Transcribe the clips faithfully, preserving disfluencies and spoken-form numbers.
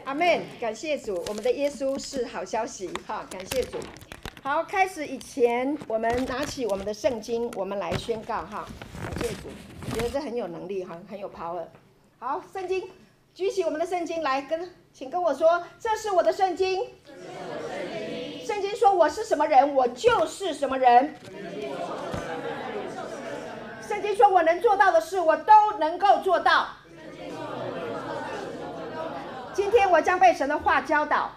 阿们，感谢主，我们的耶稣是好消息哈，感谢主。好，开始以前，我们拿起我们的圣经，我们来宣告哈，感谢主，我觉得这很有能力哈，很有 power。好，圣经，举起我们的圣经来跟，请跟我说，这是我的圣经。圣经说我是什么人，我就是什么人。圣经说我能做到的事，我都能够做到。今天我将被神的话教导，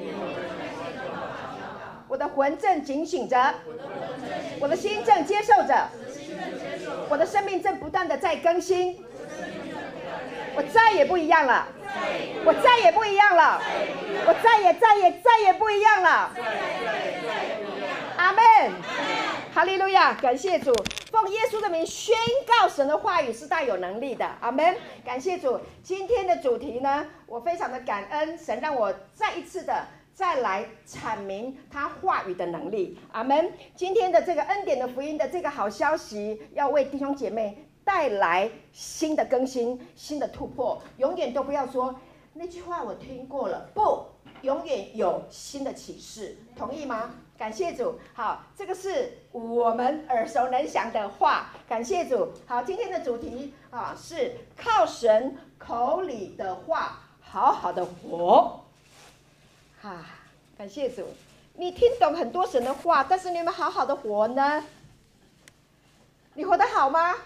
我的魂正警醒着，我的心正接受着，我的生命正不断的在更新，我再也不一样了，我再也不一样了，我再也再也再也不一样了。阿们，哈利路亚，感谢主，奉耶稣的名宣告神的话语是大有能力的。阿们，感谢主。今天的主题呢，我非常的感恩神让我再一次的再来阐明他话语的能力。阿们，今天的这个恩典的福音的这个好消息，要为弟兄姐妹带来新的更新、新的突破。永远都不要说那句话我听过了，不，永远有新的启示，同意吗？感谢主。好，这个是我们耳熟能详的话。感谢主。好，今天的主题啊是靠神口里的话好好的活。啊，感谢主。你听懂很多神的话，但是你有没有好好的活呢？你活得好吗？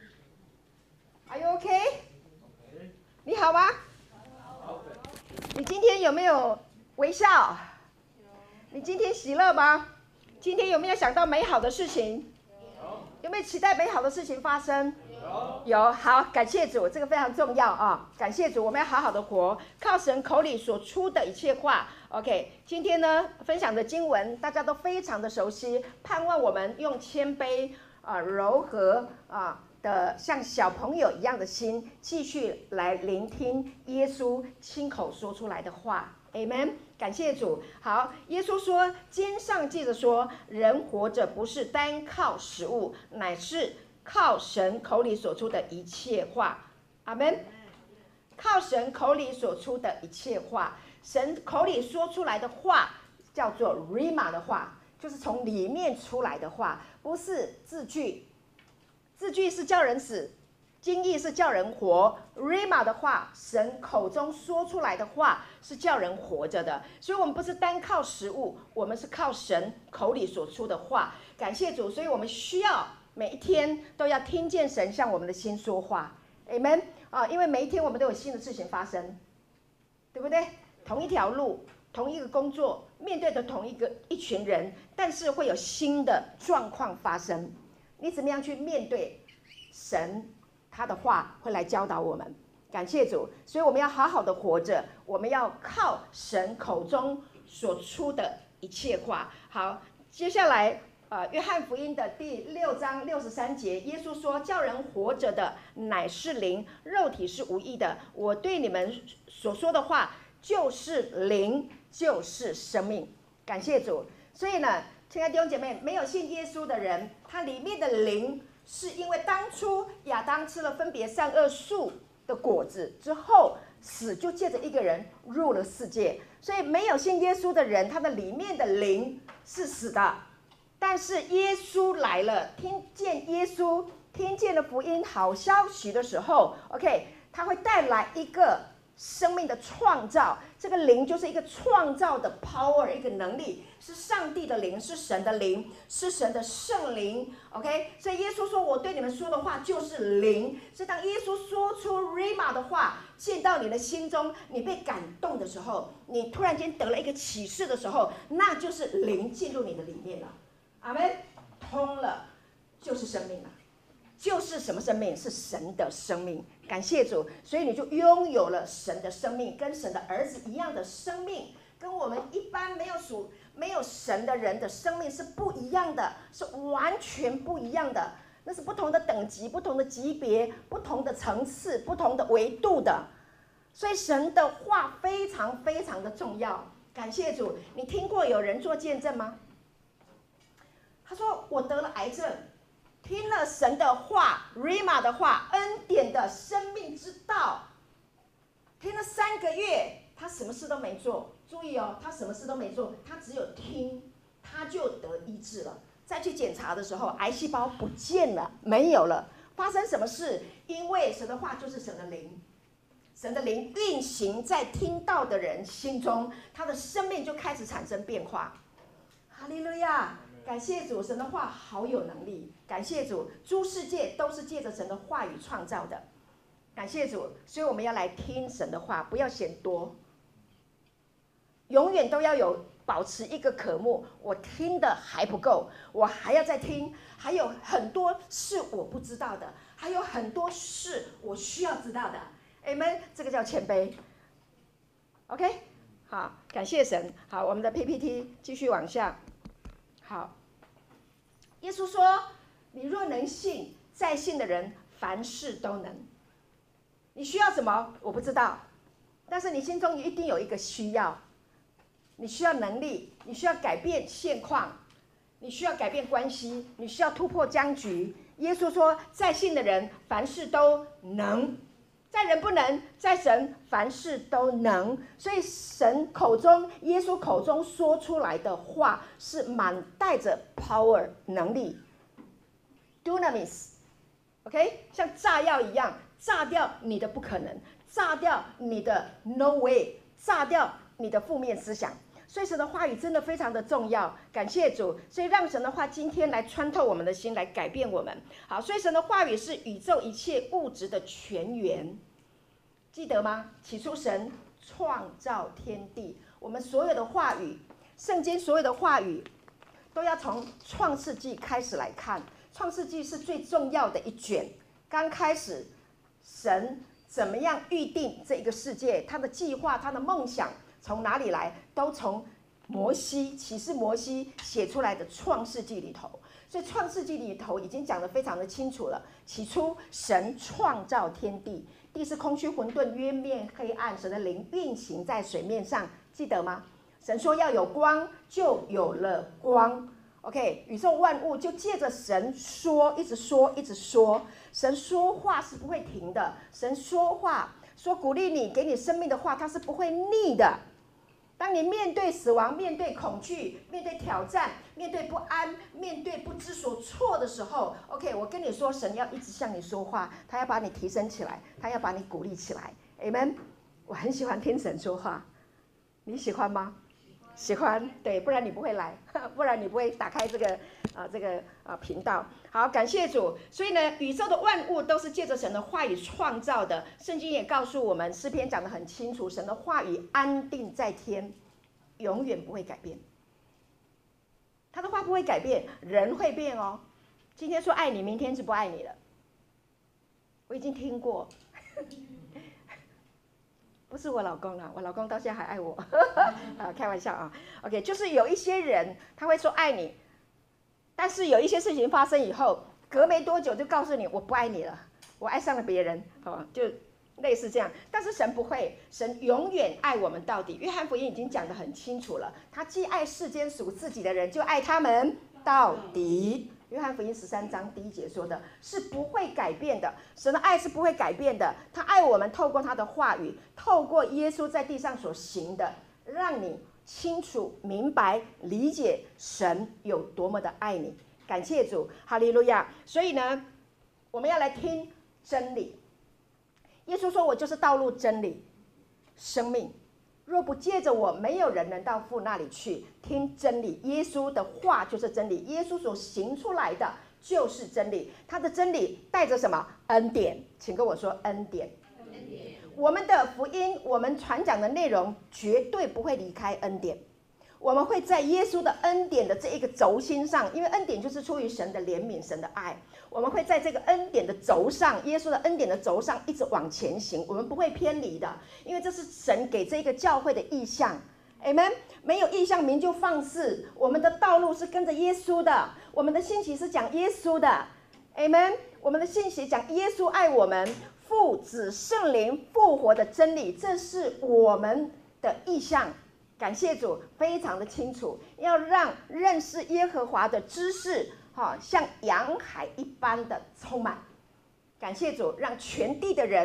Are you OK？ 你好吗？你今天有没有微笑？你今天喜乐吗？今天有没有想到美好的事情？有没有期待美好的事情发生？有。好，感谢主，这个非常重要啊！感谢主，我们要好好的活，靠神口里所出的一切话。OK， 今天呢分享的经文大家都非常的熟悉，盼望我们用谦卑啊、柔和啊的像小朋友一样的心，继续来聆听耶稣亲口说出来的话。Amen， 感谢主。好，耶稣说，经上记着说，人活着不是单靠食物，乃是靠神口里所出的一切话。阿们。靠神口里所出的一切话，神口里说出来的话叫做 Rhema 的话，就是从里面出来的话，不是字句。字句是叫人死，经义是叫人活。Rhema 的话，神口中说出来的话是叫人活着的。所以我们不是单靠食物，我们是靠神口里所出的话。感谢主，所以我们需要每一天都要听见神向我们的心说话。Amen 啊，因为每一天我们都有新的事情发生，对不对？同一条路，同一个工作，面对的同一个一群人，但是会有新的状况发生。你怎么样去面对神？他的话会来教导我们。感谢主，所以我们要好好的活着，我们要靠神口中所出的一切话。好，接下来呃，约翰福音的第六章六十三节，耶稣说，叫人活着的乃是灵，肉体是无益的。我对你们所说的话就是灵，就是生命。感谢主。所以呢，亲爱的弟兄姐妹，没有信耶稣的人，他里面的灵是因为当初亚当吃了分别善恶树的果子之后，死就借着一个人入了世界。所以没有信耶稣的人，他的里面的灵是死的。但是耶稣来了，听见耶稣，听见了福音好消息的时候 ，OK， 他会带来一个生命的创造。这个灵就是一个创造的 power， 一个能力，是上帝的灵，是神的灵，是神的圣灵。OK， 所以耶稣说，我对你们说的话就是灵。所以当耶稣说出 Rhema 的话进到你的心中，你被感动的时候，你突然间得了一个启示的时候，那就是灵进入你的里面了。阿们，通了就是生命了，就是什么生命？是神的生命。感谢主，所以你就拥有了神的生命，跟神的儿子一样的生命，跟我们一般没有属没有神的人的生命是不一样的，是完全不一样的。那是不同的等级、不同的级别、不同的层次、不同的维度的。所以神的话非常非常的重要。感谢主，你听过有人做见证吗？他说我得了癌症，听了神的话 Rhema 的话，恩典的生命之道，听了三个月，他什么事都没做，注意哦，他什么事都没做，他只有听，他就得医治了。再去检查的时候，癌细胞不见了，没有了。发生什么事？因为神的话就是神的灵，神的灵运行在听到的人心中，他的生命就开始产生变化。哈利路亚！感谢主，神的话好有能力。感谢主，诸世界都是借着神的话语创造的。感谢主，所以我们要来听神的话，不要嫌多，永远都要有保持一个渴慕。我听的还不够，我还要再听，还有很多是我不知道的，还有很多是我需要知道的。Amen， 这个叫谦卑。OK， 好，感谢神。好，我们的 P P T 继续往下。好，耶稣说：“你若能信，在信的人凡事都能。”你需要什么？我不知道，但是你心中一定有一个需要。你需要能力，你需要改变现况，你需要改变关系，你需要突破僵局。耶稣说：“在信的人凡事都能。”在人不能，在神凡事都能。所以神口中，耶稣口中说出来的话是满带着 power 能力 ，dunamis， OK， 像炸药一样，炸掉你的不可能，炸掉你的 no way， 炸掉你的负面思想。所以神的话语真的非常的重要，感谢主。所以让神的话今天来穿透我们的心，来改变我们。好，所以神的话语是宇宙一切物质的泉源，记得吗？起初神创造天地，我们所有的话语，圣经所有的话语，都要从创世纪开始来看。创世纪是最重要的一卷，刚开始神怎么样预定这一个世界，他的计划，他的梦想。从哪里来？都从摩西启示摩西写出来的创世纪里头。所以创世纪里头已经讲得非常的清楚了。起初神创造天地，地是空虚混沌，渊面黑暗，神的灵运行在水面上，记得吗？神说要有光，就有了光。OK， 宇宙万物就借着神说，一直说，一直说。神说话是不会停的，神说话说鼓励你、给你生命的话，它是不会腻的。当你面对死亡、面对恐惧、面对挑战、面对不安、面对不知所措的时候 ，OK， 我跟你说，神要一直向你说话，他要把你提升起来，他要把你鼓励起来。Amen。我很喜欢听神说话，你喜欢吗？喜欢，对，不然你不会来，不然你不会打开这个啊、呃、这个啊频道。好，感谢主。所以呢，宇宙的万物都是借着神的话语创造的。圣经也告诉我们，诗篇讲得很清楚，神的话语安定在天，永远不会改变。他的话不会改变，人会变哦。今天说爱你，明天就不爱你了。我已经听过。不是我老公啦，我老公到现在还爱我，啊，开玩笑啊。OK， 就是有一些人他会说爱你，但是有一些事情发生以后，隔没多久就告诉你我不爱你了，我爱上了别人，哦，就类似这样。但是神不会，神永远爱我们到底。约翰福音已经讲得很清楚了，他既爱世间属自己的人，就爱他们到底。约翰福音十三章第一节说的是不会改变的，神的爱是不会改变的。他爱我们，透过他的话语，透过耶稣在地上所行的，让你清楚明白理解神有多么的爱你。感谢主，哈利路亚。所以呢，我们要来听真理。耶稣说：“我就是道路、真理、生命。若不借着我，没有人能到父那里去。”听真理，耶稣的话就是真理，耶稣所行出来的就是真理。他的真理带着什么？恩典。请跟我说恩典。恩典。我们的福音，我们传讲的内容绝对不会离开恩典。我们会在耶稣的恩典的这一个轴心上，因为恩典就是出于神的怜悯、神的爱。我们会在这个恩典的轴上，耶稣的恩典的轴上一直往前行，我们不会偏离的，因为这是神给这个教会的意向。Amen， 没有意向，民就放肆。我们的道路是跟着耶稣的，我们的信息是讲耶稣的。Amen， 我们的信息讲耶稣爱我们，父子圣灵复活的真理，这是我们的意向。感谢主，非常的清楚，要让认识耶和华的知识，哈，像洋海一般的充满。感谢主，让全地的人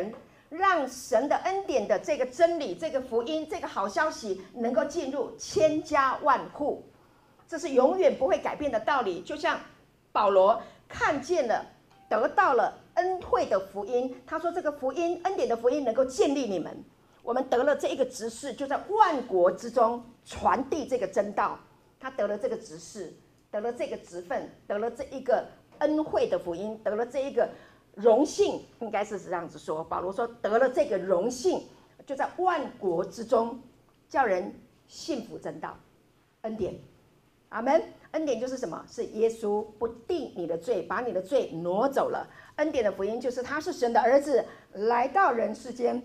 让神的恩典的这个真理、这个福音、这个好消息能够进入千家万户，这是永远不会改变的道理。就像保罗看见了、得到了恩惠的福音，他说这个福音、恩典的福音能够建立你们。我们得了这一个职事，就在万国之中传递这个真道。他得了这个职事，得了这个职分，得了这一个恩惠的福音，得了这一个荣幸，应该是这样子说。保罗说得了这个荣幸，就在万国之中叫人信服真道，恩典。阿们。恩典就是什么？是耶稣不定你的罪，把你的罪挪走了。恩典的福音就是他是神的儿子，来到人世间，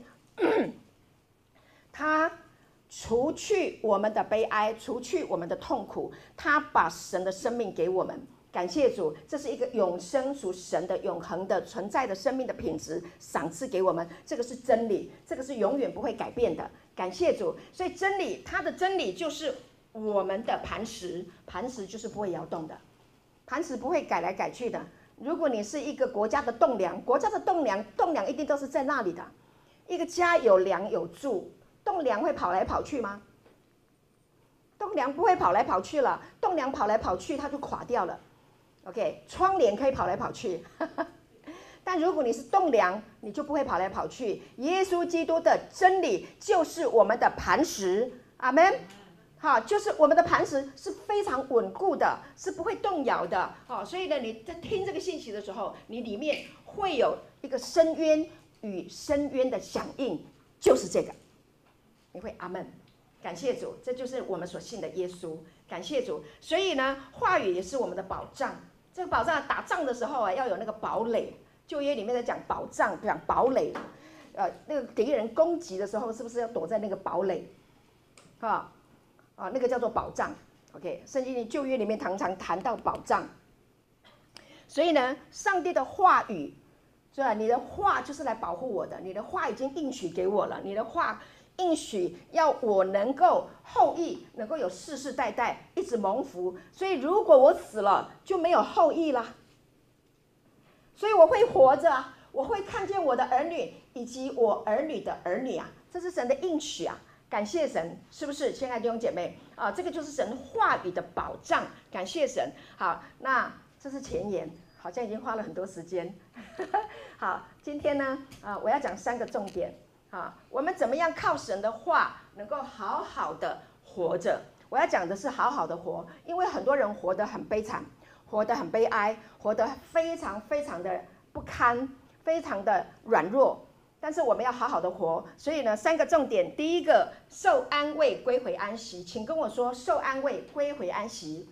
他除去我们的悲哀，除去我们的痛苦，他把神的生命给我们。感谢主，这是一个永生属神的永恒的存在的生命的品质赏赐给我们，这个是真理，这个是永远不会改变的。感谢主，所以真理，它的真理就是我们的磐石，磐石就是不会摇动的，磐石不会改来改去的。如果你是一个国家的栋梁，国家的栋梁，栋梁一定都是在那里的。一个家有梁有柱，栋梁会跑来跑去吗？栋梁不会跑来跑去了，栋梁跑来跑去它就垮掉了。OK， 窗帘可以跑来跑去，但如果你是栋梁，你就不会跑来跑去。耶稣基督的真理就是我们的磐石，阿们。好，就是我们的磐石是非常稳固的，是不会动摇的。好，所以呢，你在听这个信息的时候，你里面会有一个深渊与深渊的响应，就是这个，你会阿们。感谢主，这就是我们所信的耶稣。感谢主，所以呢，话语也是我们的保障。这个保障，打仗的时候啊，要有那个堡垒。旧约里面在讲保障，讲堡垒。呃，那个敌人攻击的时候，是不是要躲在那个堡垒？哈。啊，那个叫做保障 ，OK， 圣经里旧约里面常常谈到保障，所以呢，上帝的话语，是吧？你的话就是来保护我的，你的话已经应许给我了，你的话应许要我能够后裔能够有世世代代一直蒙福，所以如果我死了就没有后裔了，所以我会活着，我会看见我的儿女以及我儿女的儿女啊，这是神的应许啊。感谢神，是不是，亲爱的弟兄姐妹啊？这个就是神话语的保障。感谢神。好，那这是前言，好像已经花了很多时间。好，今天呢，啊，我要讲三个重点。啊，我们怎么样靠神的话能够好好的活着？我要讲的是好好的活，因为很多人活得很悲惨，活得很悲哀，活得非常非常的不堪，非常的软弱。但是我们要好好的活，所以呢，三个重点。第一个，受安慰，归回安息，请跟我说，受安慰，归回安息。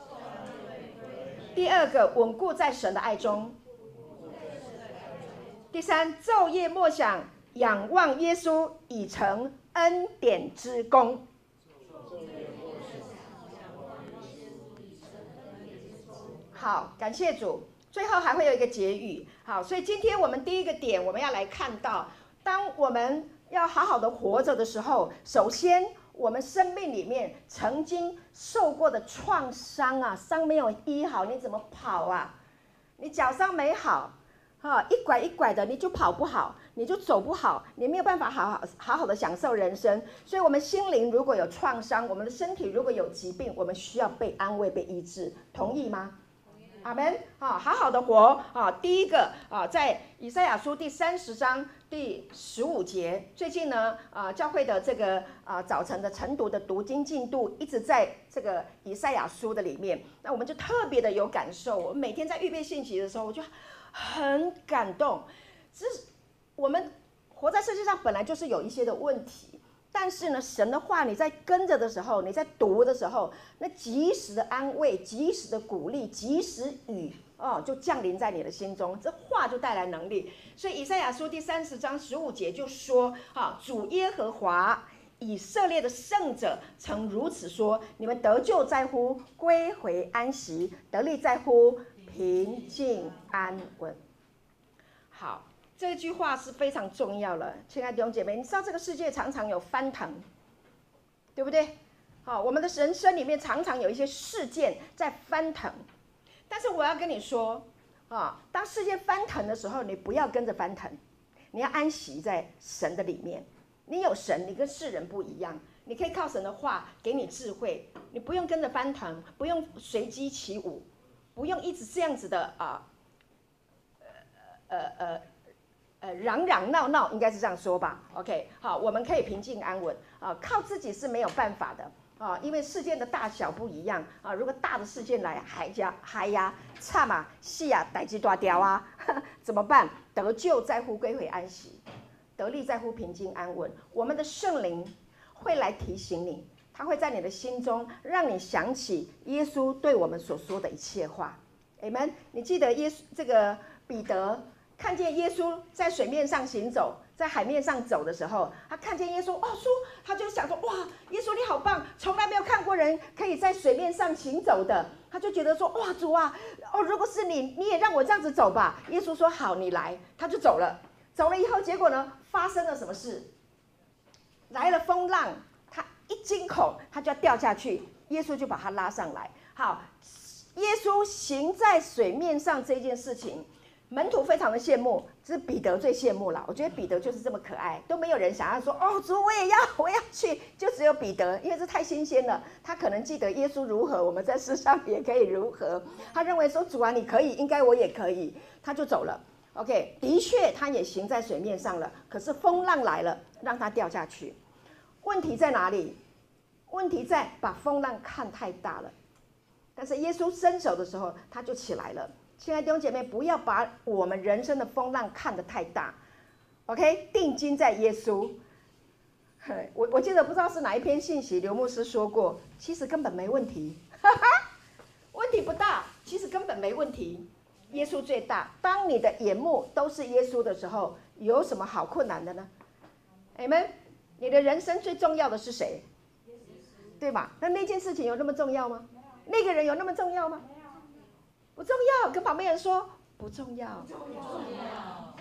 第二个，稳固在神的爱中。第三，昼夜默想，仰望耶稣，以成恩典之功。好，感谢主。最后还会有一个结语。好，所以今天我们第一个点，我们要来看到，当我们要好好的活着的时候，首先我们生命里面曾经受过的创伤啊，伤没有医好，你怎么跑啊？你脚伤没好，哈，一拐一拐的，你就跑不好，你就走不好，你没有办法好好好好的享受人生。所以，我们心灵如果有创伤，我们的身体如果有疾病，我们需要被安慰、被医治，同意吗？阿们，好好的活啊！第一个啊，在以赛亚书第三十章第十五节，最近呢，啊，教会的这个啊早晨的晨读的读经进度一直在这个以赛亚书的里面，那我们就特别的有感受。我每天在预备信息的时候，我就很感动。这我们活在世界上本来就是有一些的问题。但是呢，神的话你在跟着的时候，你在读的时候，那及时的安慰、及时的鼓励、及时雨哦，就降临在你的心中，这话就带来能力。所以以赛亚书第三十章十五节就说：哈，主耶和华以色列的圣者曾如此说：你们得救在乎归回安息，得力在乎平静安稳。好。这句话是非常重要了，亲爱的弟兄姐妹，你知道这个世界常常有翻腾，对不对？好，我们的人生里面常常有一些事件在翻腾，但是我要跟你说，啊，当世界翻腾的时候，你不要跟着翻腾， 你要安息在神的里面。你有神，你跟世人不一样，你可以靠神的话给你智慧，你不用跟着翻团，不用随机起舞，不用一直这样子的啊，呃呃呃呃嚷嚷闹闹，应该是这样说吧 ？OK， 好，我们可以平静安稳啊，靠自己是没有办法的。啊，因为事件的大小不一样啊。如果大的事件来，海家海呀、差嘛、细呀、逮鸡大雕啊，怎么办？得救在乎归回安息，得力在乎平静安稳。我们的圣灵会来提醒你，他会在你的心中让你想起耶稣对我们所说的一切话。Amen。你记得耶稣这个彼得看见耶稣在水面上行走，在海面上走的时候，他看见耶稣，哦，说他就想说，哇，耶稣你好棒，从来没有看过人可以在水面上行走的。他就觉得说，哇，主啊，哦，如果是你，你也让我这样子走吧。耶稣说好，你来，他就走了。走了以后，结果呢，发生了什么事？来了风浪，他一惊恐，他就要掉下去，耶稣就把他拉上来。好，耶稣行在水面上这件事情，门徒非常的羡慕，只是彼得最羡慕了。我觉得彼得就是这么可爱，都没有人想要说哦，主我也要，我要去，就只有彼得，因为这太新鲜了。他可能记得耶稣如何，我们在世上也可以如何。他认为说主啊，你可以，应该我也可以，他就走了。OK， 的确他也行在水面上了，可是风浪来了，让他掉下去。问题在哪里？问题在把风浪看太大了。但是耶稣伸手的时候，他就起来了。亲爱的弟兄姐妹，不要把我们人生的风浪看得太大 ，OK？ 定睛在耶稣。我我记得不知道是哪一篇信息，刘牧师说过，其实根本没问题，问题不大，其实根本没问题。耶稣最大。当你的眼目都是耶稣的时候，有什么好困难的呢？你们，你的人生最重要的是谁？对吧？那那件事情有那么重要吗？那个人有那么重要吗？不重要，跟旁边人说不重要。不重要，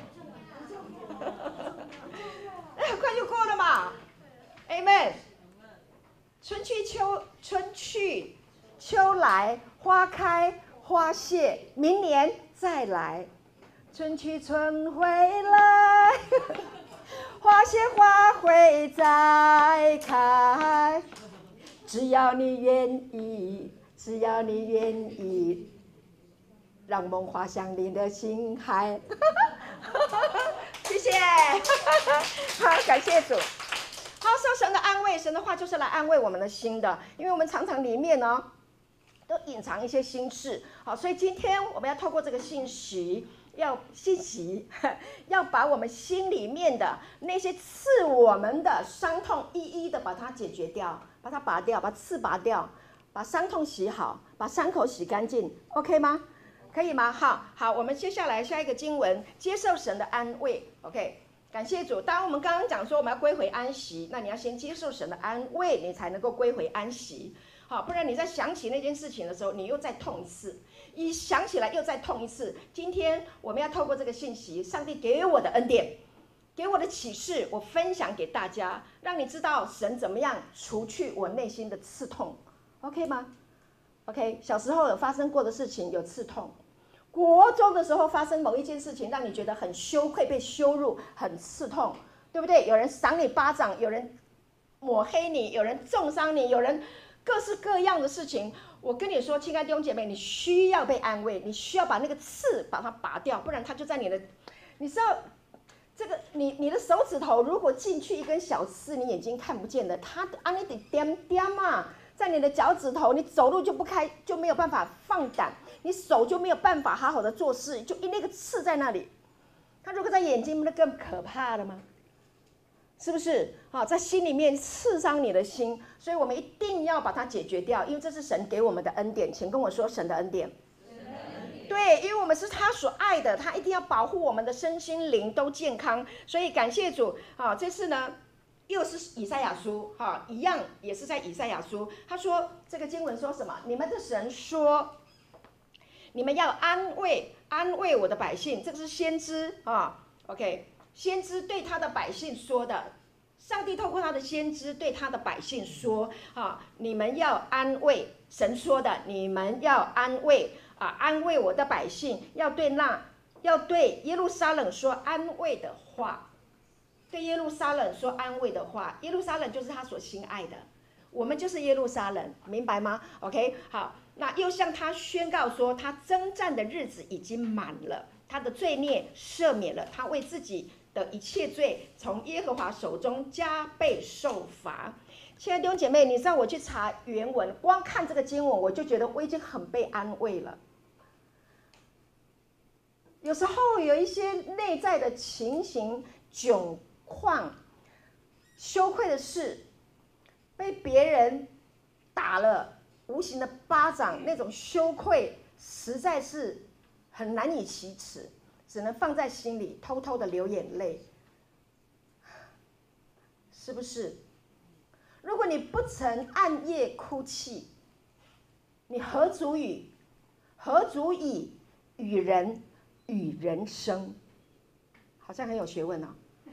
很快就过了嘛。Amen。春去秋春去秋来，花开花谢，明年再来。春去春回来，花谢花会再开。只要你愿意，只要你愿意。让梦滑向你的心海。谢谢，好，感谢主。好，受神的安慰，神的话就是来安慰我们的心的，因为我们常常里面呢都隐藏一些心事。好，所以今天我们要透过这个信息，要信息，要把我们心里面的那些刺我们的伤痛，一一的把它解决掉，把它拔掉，把刺拔掉，把伤痛洗好，把伤口洗干净 ，OK 吗？可以吗？好好，我们接下来下一个经文，接受神的安慰。OK， 感谢主。当我们刚刚讲说我们要归回安息，那你要先接受神的安慰，你才能够归回安息。好，不然你在想起那件事情的时候，你又再痛一次，一想起来又再痛一次。今天我们要透过这个信息，上帝给我的恩典，给我的启示，我分享给大家，让你知道神怎么样除去我内心的刺痛。OK 吗 ？OK， 小时候有发生过的事情有刺痛。国中的时候发生某一件事情，让你觉得很羞愧、被羞辱、很刺痛，对不对？有人赏你巴掌，有人抹黑你，有人重伤你，有人各式各样的事情。我跟你说，亲爱的弟兄姐妹，你需要被安慰，你需要把那个刺把它拔掉，不然它就在你的，你知道这个你你的手指头如果进去一根小刺，你眼睛看不见的，它啊你得点点嘛，在你的脚趾头，你走路就不开，就没有办法放胆。你手就没有办法好好的做事，就一那个刺在那里。它如果在眼睛，不是更可怕了吗？是不是？啊，在心里面刺伤你的心，所以我们一定要把它解决掉，因为这是神给我们的恩典。请跟我说神的恩典。对，因为我们是他所爱的，他一定要保护我们的身心灵都健康。所以感谢主啊！这次呢，又是以赛亚书哈，一样也是在以赛亚书。他说这个经文说什么？你们的神说。你们要安慰安慰我的百姓，这个是先知啊 ，OK， 先知对他的百姓说的，上帝透过他的先知对他的百姓说啊，你们要安慰，神说的，你们要安慰啊，安慰我的百姓，要对那要对耶路撒冷说安慰的话。 跟耶路撒冷说安慰的话。耶路撒冷就是他所心爱的，我们就是耶路撒冷，明白吗 ？OK， 好，那又向他宣告说，他征战的日子已经满了，他的罪孽赦免了，他为自己的一切罪从耶和华手中加倍受罚。亲爱的弟兄姐妹，你知道我去查原文，光看这个经文，我就觉得我已经很被安慰了。有时候有一些内在的情形、窘况、羞愧的事，被别人打了无形的巴掌，那种羞愧实在是很难以启齿，只能放在心里，偷偷的流眼泪，是不是？如果你不曾暗夜哭泣，你何足以何足以与人与人生？好像很有学问哦。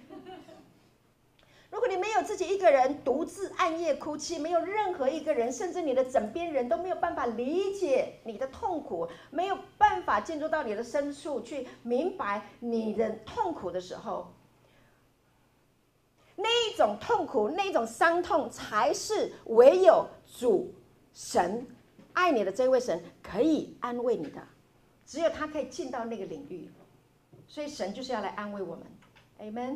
如果你没有自己一个人独自暗夜哭泣，没有任何一个人，甚至你的枕边人都没有办法理解你的痛苦，没有办法进入到你的深处去明白你的痛苦的时候，那一种痛苦，那一种伤痛，才是唯有主神爱你的这位神可以安慰你的，只有他可以进到那个领域，所以神就是要来安慰我们 ，Amen。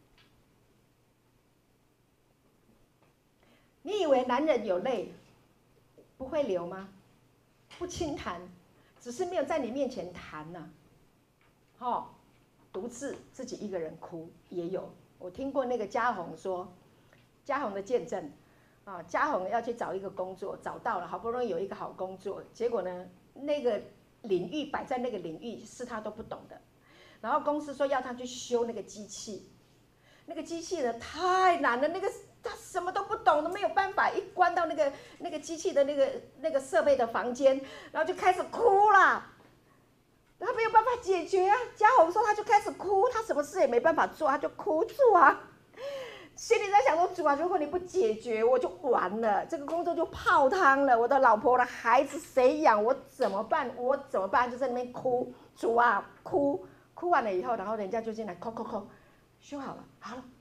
你以为男人有泪不会流吗？不轻弹，只是没有在你面前弹呐、啊。哦，独自自己一个人哭也有。我听过那个嘉宏说，嘉宏的见证啊，嘉宏要去找一个工作，找到了，好不容易有一个好工作，结果呢，那个领域摆在那个领域是他都不懂的，然后公司说要他去修那个机器，那个机器呢太难了，那个。他什么都不懂，都没有办法。一关到那个那个机器的那个那个设备的房间，然后就开始哭了。他没有办法解决啊。嘉宏说他就开始哭，他什么事也没办法做，他就哭住啊。心里在想说：主啊，如果你不解决，我就完了，这个工作就泡汤了。我的老婆、我的孩子谁养？我怎么办？我怎么办？就在那边哭，主啊，哭哭完了以后，然后人家就进来，扣扣扣，修好了，好了。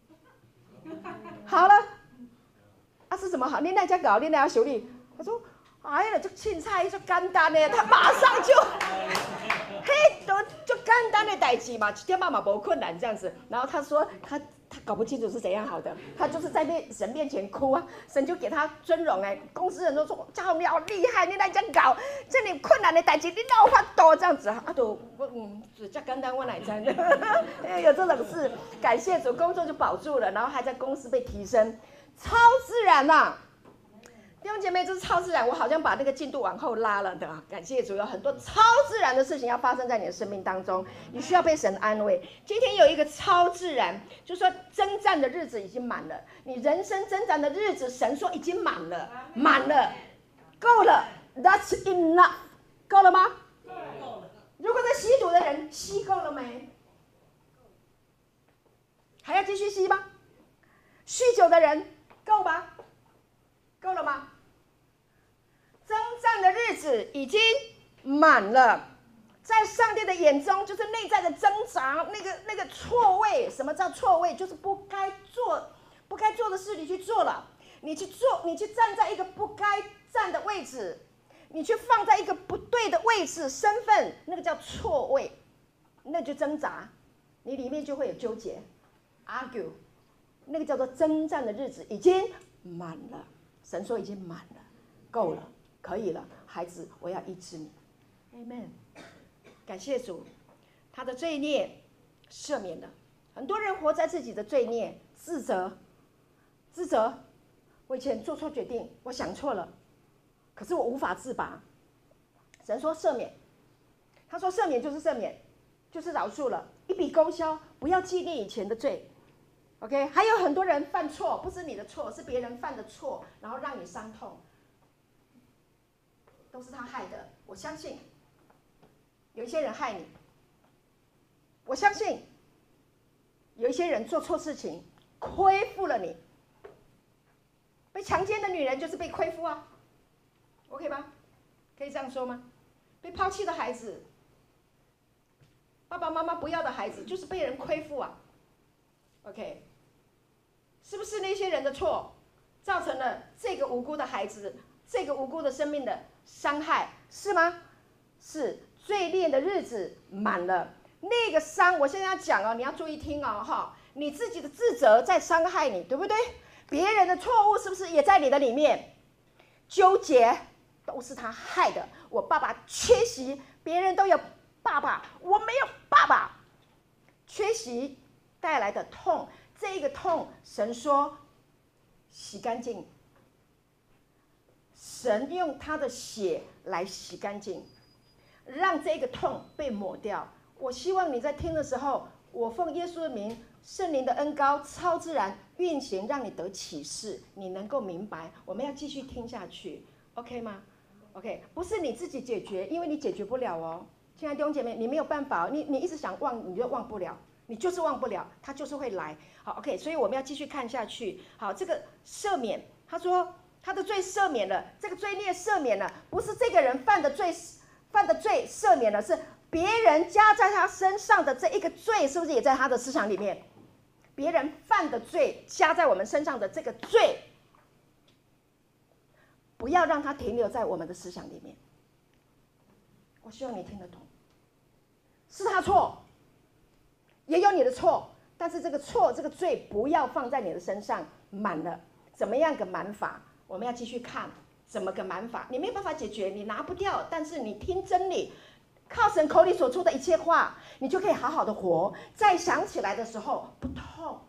好了，啊是怎么好？你那家搞，你那家修理。他说：“哎呀，就凊彩就简单的，他马上就，嘿，都就简单的代志嘛，一点嘛嘛不困难这样子。”然后他说他他搞不清楚是怎样好的，他就是在面神面前哭啊，神就给他尊荣哎。公司人都说：“嘉宏你好厉害，你来这样搞，这里困难的代志你哪有法度这样子啊？”都我嗯，只叫简单我来真的，有这种事，感谢主，工作就保住了，然后还在公司被提升，超自然呐、啊。弟兄姐妹，这是超自然，我好像把那个进度往后拉了的。感谢主，有很多超自然的事情要发生在你的生命当中，你需要被神安慰。今天有一个超自然，就是说征战的日子已经满了，你人生征战的日子，神说已经满了，满了，够了 ，That's enough， 够了吗？够了。如果在吸毒的人吸够了没？还要继续吸吗？酗酒的人够吗？够了吗？征战的日子已经满了，在上帝的眼中，就是内在的挣扎，那个那个错位。什么叫错位？就是不该做、不该做的事，你去做了，你去做，你去站在一个不该站的位置，你去放在一个不对的位置、身份，那个叫错位，那就挣扎，你里面就会有纠结 ，argue， 那个叫做征战的日子已经满了。神说已经满了，够了，可以了，孩子，我要医治你 ，Amen。感谢主，他的罪孽赦免了。很多人活在自己的罪孽，自责，自责。我以前做错决定，我想错了，可是我无法自拔。神说赦免，他说赦免就是赦免，就是饶恕了，一笔勾销，不要纪念以前的罪。OK， 还有很多人犯错，不是你的错，是别人犯的错，然后让你伤痛，都是他害的。我相信有一些人害你，我相信有一些人做错事情，亏负了你。被强奸的女人就是被亏负啊 ，OK 吗？可以这样说吗？被抛弃的孩子，爸爸妈妈不要的孩子，就是被人亏负啊。 OK， 是不是那些人的错，造成了这个无辜的孩子、这个无辜的生命的伤害，是吗？是，罪孽的日子满了，那个伤，我现在要讲哦，你要注意听哦，哈，你自己的自责在伤害你，对不对？别人的错误是不是也在你的里面？纠结都是他害的。我爸爸缺席，别人都有爸爸，我没有爸爸。缺席带来的痛，这个痛，神说洗干净，神用他的血来洗干净，让这个痛被抹掉。我希望你在听的时候，我奉耶稣的名，圣灵的恩膏超自然运行，让你得启示，你能够明白。我们要继续听下去 ，OK 吗 ？OK， 不是你自己解决，因为你解决不了哦。亲爱的弟兄姐妹，你没有办法，你你一直想忘，你就忘不了，你就是忘不了，它就是会来。好 ，OK， 所以我们要继续看下去。好，这个赦免，他说他的罪赦免了，这个罪孽赦免了，不是这个人犯的罪犯的罪赦免了，是别人加在他身上的这一个罪，是不是也在他的思想里面？别人犯的罪加在我们身上的这个罪，不要让它停留在我们的思想里面。我希望你听得懂，是他错，也有你的错，但是这个错这个罪不要放在你的身上满了。怎么样个满法？我们要继续看怎么个满法。你没有办法解决，你拿不掉，但是你听真理，靠神口里所出的一切话，你就可以好好的活。再想起来的时候不痛，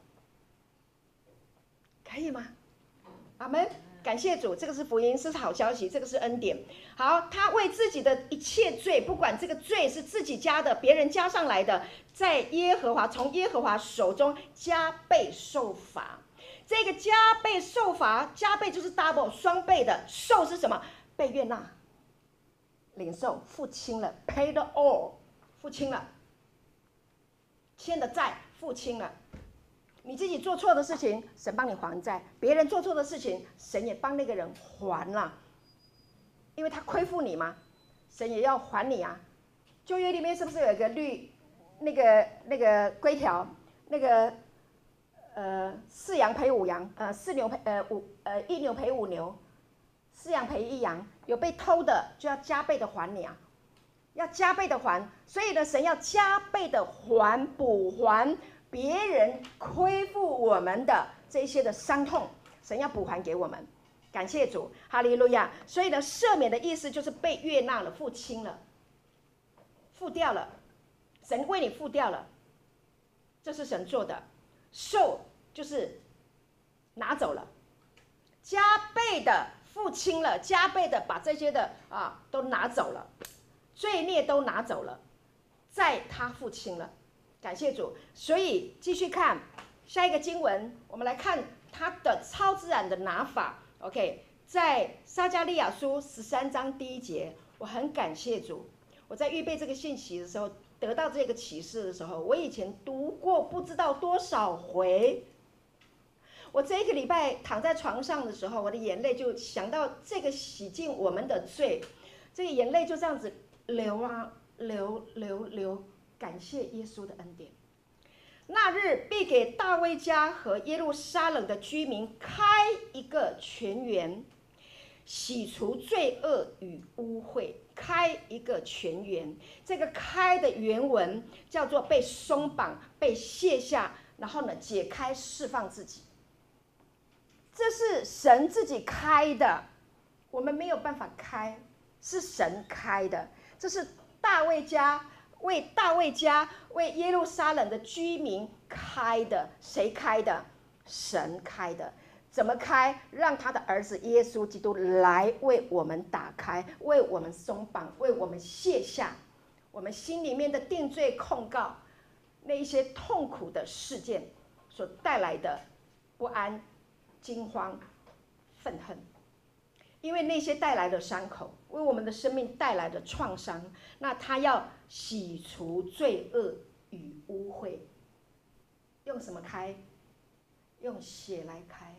可以吗？阿们。感谢主，这个是福音，是好消息，这个是恩典。好，他为自己的一切罪，不管这个罪是自己加的，别人加上来的，在耶和华从耶和华手中加倍受罚。这个加倍受罚，加倍就是 double 双倍的，受是什么？被悦纳，领受，付清了 ，paid all， 付清了，欠的债付清了。你自己做错的事情，神帮你还债；别人做错的事情，神也帮那个人还了，因为他亏负你嘛，神也要还你啊。旧约里面是不是有一个律，那个那个规条，那个呃四羊赔五羊，呃四牛赔呃五呃一牛赔五牛，四羊赔一羊，有被偷的就要加倍的还你啊，要加倍的还。所以呢，神要加倍的还补还。别人亏负我们的这些的伤痛，神要补还给我们，感谢主，哈利路亚。所以呢，赦免的意思就是被悦纳了，付清了，付掉了，神为你付掉了，这是神做的。受就是拿走了，加倍的付清了，加倍的把这些的啊都拿走了，罪孽都拿走了，在他付清了。感谢主，所以继续看下一个经文，我们来看它的超自然的拿法。OK， 在撒迦利亚书十三章第一节，我很感谢主。我在预备这个信息的时候，得到这个启示的时候，我以前读过不知道多少回。我这一个礼拜躺在床上的时候，我的眼泪就想到这个洗净我们的罪，这个眼泪就这样子流啊流流流。感谢耶稣的恩典。那日必给大卫家和耶路撒冷的居民开一个泉源，洗除罪恶与污秽。开一个泉源，这个开的原文叫做被松绑、被卸下，然后呢解开、释放自己。这是神自己开的，我们没有办法开，是神开的。这是大卫家。为大卫家、为耶路撒冷的居民开的，谁开的？神开的。怎么开？让他的儿子耶稣基督来为我们打开，为我们松绑，为我们卸下我们心里面的定罪控告，那一些痛苦的事件所带来的不安、惊慌、愤恨。因为那些带来的伤口，为我们的生命带来的创伤，那他要洗除罪恶与污秽。用什么开？用血来开。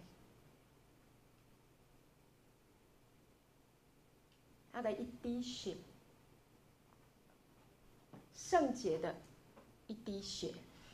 他的一滴血，圣洁的一滴血，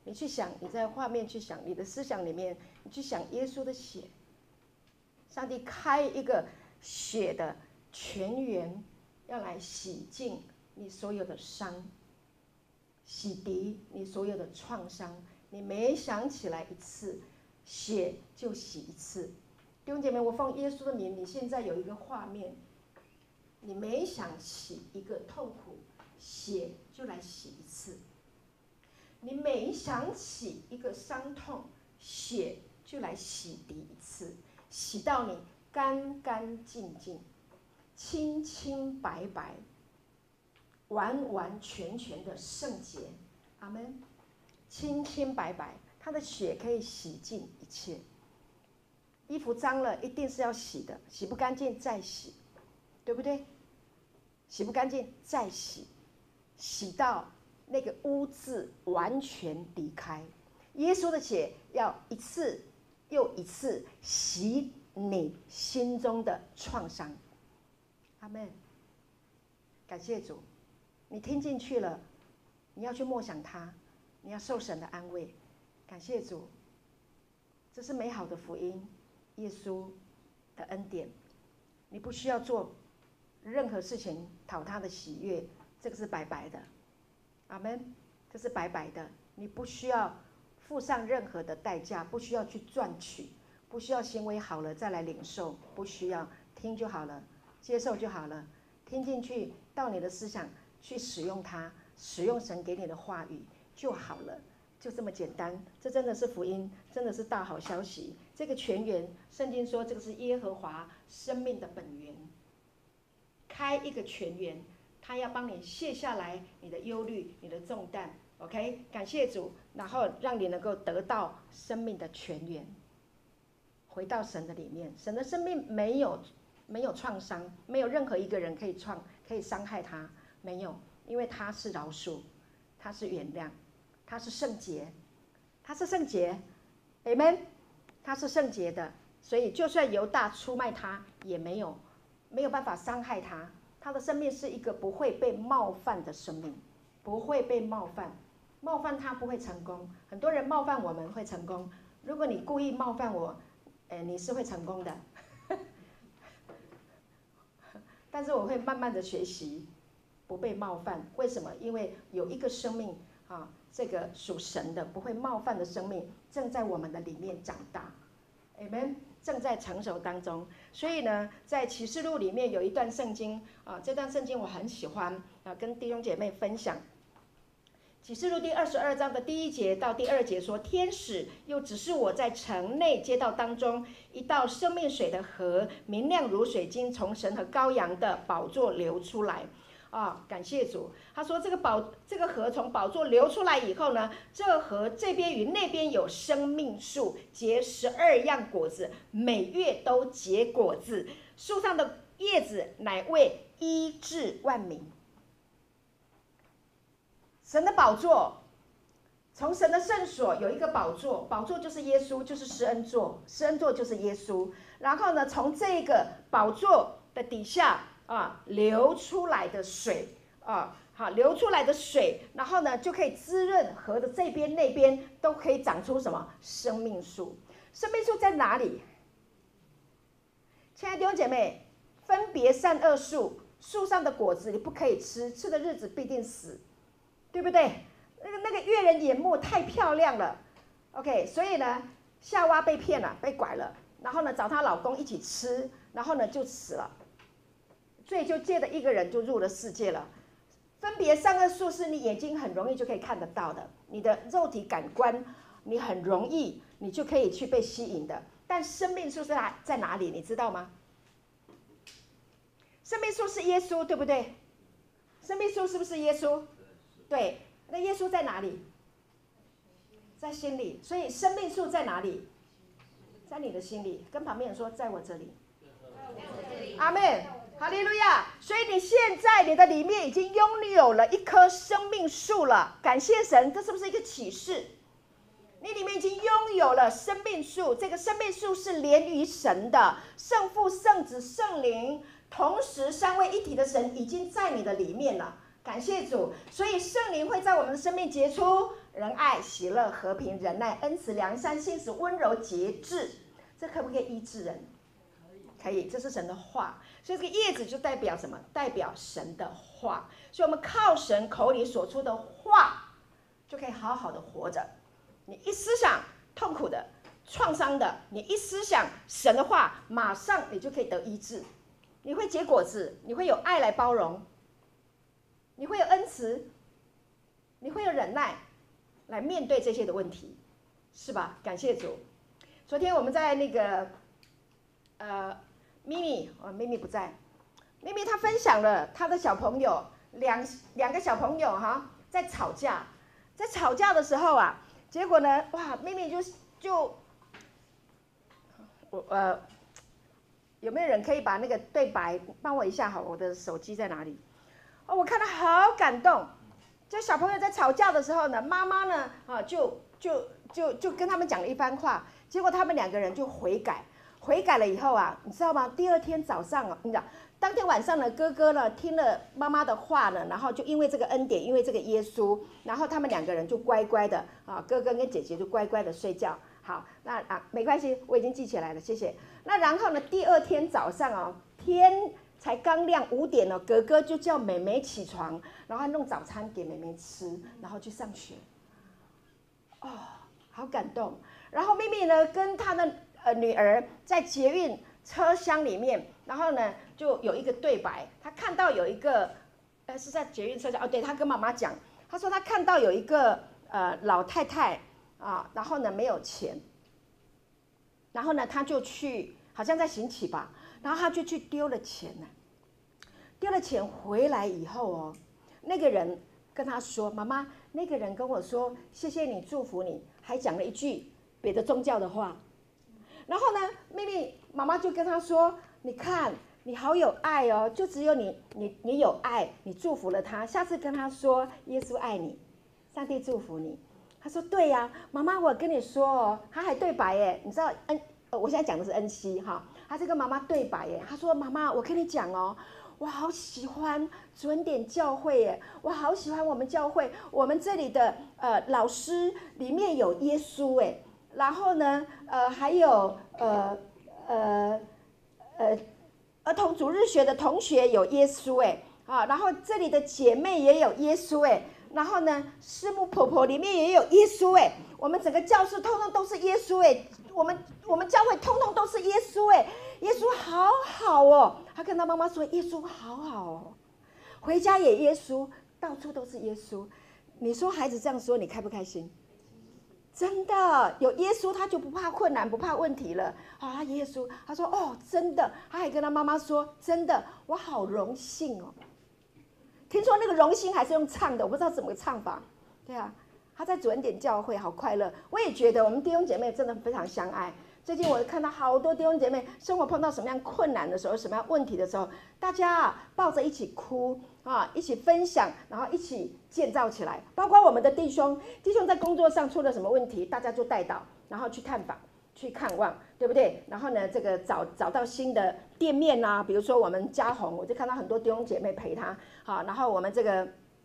你去想，你在画面去想，你的思想里面，你去想耶稣的血。上帝开一个血的泉源，要来洗净你所有的伤，洗涤你所有的创伤。你每想起来一次，血就洗一次。弟兄姐妹，我奉耶稣的名，你现在有一个画面，你每想起一个痛苦，血就来洗一次。你每想起一个伤痛，血就来洗涤一次，洗到你干干净净、清清白白、完完全全的圣洁。阿们。清清白白，他的血可以洗净一切。衣服脏了，一定是要洗的，洗不干净再洗，对不对？洗不干净再洗，洗到那个污渍完全离开。耶稣的血要一次又一次洗你心中的创伤。阿们。感谢主，你听进去了，你要去默想它，你要受神的安慰。感谢主，这是美好的福音，耶稣的恩典。你不需要做任何事情讨他的喜悦，这个是白白的。阿们，这是白白的，你不需要付上任何的代价，不需要去赚取，不需要行为好了再来领受，不需要，听就好了，接受就好了，听进去到你的思想去使用它，使用神给你的话语就好了，就这么简单。这真的是福音，真的是大好消息。这个泉源，圣经说这个是耶和华生命的本源，开一个泉源，他要帮你卸下来你的忧虑、你的重担。OK， 感谢主，然后让你能够得到生命的泉源，回到神的里面。神的生命没有没有创伤，没有任何一个人可以创可以伤害他，没有，因为他是饶恕，他是原谅，他是圣洁，他是圣洁 ，Amen， 他是圣洁的，所以就算犹大出卖他，也没有没有办法伤害他。他的生命是一个不会被冒犯的生命，不会被冒犯，冒犯他不会成功。很多人冒犯我们会成功，如果你故意冒犯我，哎，你是会成功的。但是我会慢慢的学习不被冒犯，为什么？因为有一个生命啊，这个属神的不会冒犯的生命正在我们的里面长大 ，Amen， 正在成熟当中。所以呢，在启示录里面有一段圣经啊，这段圣经我很喜欢啊，跟弟兄姐妹分享。启示录第二十二章的第一节到第二节说，天使又指示我在城内街道当中一道生命水的河，明亮如水晶，从神和羔羊的宝座流出来。啊，感谢主！他说这个宝这个河从宝座流出来以后呢，这个河这边与那边有生命树，结十二样果子，每月都结果子，树上的叶子乃为医治万民。神的宝座，从神的圣所有一个宝座，宝座就是耶稣，就是施恩座，施恩座就是耶稣。然后呢，从这个宝座的底下啊流出来的水啊，好流出来的水，然后呢就可以滋润河的这边那边都可以长出什么生命树。生命树在哪里？亲爱的弟兄姐妹，分别善恶树，树上的果子你不可以吃，吃的日子必定死。对不对？那个那个悦人眼目，太漂亮了。OK， 所以呢，夏娃被骗了，被拐了，然后呢找她老公一起吃，然后呢就死了。罪就借的一个人就入了世界了。分别善恶树是你眼睛很容易就可以看得到的，你的肉体感官你很容易你就可以去被吸引的。但生命树是在哪里？你知道吗？生命树是耶稣，对不对？生命树是不是耶稣？对，那耶稣在哪里？在心里。所以生命树在哪里？在你的心里。跟旁边人说，在我这里。阿们，哈利路亚。所以你现在你的里面已经拥有了一棵生命树了，感谢神，这是不是一个启示？你里面已经拥有了生命树，这个生命树是连于神的，圣父、圣子、圣灵，同时三位一体的神已经在你的里面了。感谢主，所以圣灵会在我们的生命结出仁爱、喜乐、和平、忍耐、恩慈、良善、信实、温柔、节制。这可不可以医治人？可以，这是神的话。所以这个叶子就代表什么？代表神的话。所以我们靠神口里所出的话，就可以好好的活着。你一思想痛苦的、创伤的，你一思想神的话，马上你就可以得医治。你会结果子，你会有爱来包容，你会有恩慈，你会有忍耐来面对这些的问题，是吧？感谢主。昨天我们在那个呃咪咪，哦咪咪不在，咪咪她分享了她的小朋友两两个小朋友哈在吵架，在吵架的时候啊，结果呢，哇，咪咪就就我呃有没有人可以把那个对白帮我一下好？我的手机在哪里？哦，我看到好感动。就小朋友在吵架的时候呢，妈妈呢啊就就就就跟他们讲了一番话。结果他们两个人就悔改，悔改了以后啊，你知道吗？第二天早上啊，你知道，当天晚上呢，哥哥呢听了妈妈的话呢，然后就因为这个恩典，因为这个耶稣，然后他们两个人就乖乖的啊，哥哥跟姐姐就乖乖的睡觉。好，那啊没关系，我已经记起来了，谢谢。那然后呢，第二天早上哦，天才刚亮五点哦，哥哥就叫妹妹起床，然后弄早餐给妹妹吃，然后去上学。哦，好感动。然后咪咪呢，跟她的呃女儿在捷运车厢里面，然后呢就有一个对白，她看到有一个，呃是在捷运车厢哦，对，她跟妈妈讲，她说她看到有一个呃老太太啊，然后呢没有钱，然后呢她就去，好像在行乞吧，然后她就去丢了钱呢，丢了钱回来以后哦，那个人跟她说，妈妈，那个人跟我说谢谢你，祝福你，还讲了一句别的宗教的话，然后呢，咪咪妈妈就跟他说：“你看，你好有爱哦，就只有你，你你有爱，你祝福了他。下次跟他说，耶稣爱你，上帝祝福你。”他说：“对呀、啊，妈妈，我跟你说哦，他还对白耶，你知道恩，我现在讲的是恩熙哈，他是跟妈妈对白耶。他说：妈妈，我跟你讲哦。”我好喜欢准点教会耶！我好喜欢我们教会，我们这里的呃老师里面有耶稣哎，然后呢，呃还有呃呃呃儿童主日学的同学有耶稣哎啊，然后这里的姐妹也有耶稣哎，然后呢师母婆婆里面也有耶稣哎，我们整个教室通通都是耶稣哎，我们我们教会通通都是耶稣哎。耶稣好好哦，他跟他妈妈说：“耶稣好好哦，回家也耶稣，到处都是耶稣。”你说孩子这样说，你开不开心？真的有耶稣，他就不怕困难，不怕问题了。好、啊，耶稣，他说：“哦，真的。”他还跟他妈妈说：“真的，我好荣幸哦。”听说那个荣幸还是用唱的，我不知道怎么个唱法。对啊，他在主恩典教会好快乐。我也觉得我们弟兄姐妹真的非常相爱。最近我看到好多弟兄姐妹生活碰到什么样困难的时候，什么样问题的时候，大家啊抱着一起哭啊，一起分享，然后一起建造起来。包括我们的弟兄，弟兄在工作上出了什么问题，大家就带导，然后去探访，去看望，对不对？然后呢，这个找找到新的店面啊，比如说我们嘉宏，我就看到很多弟兄姐妹陪他，好，然后我们这个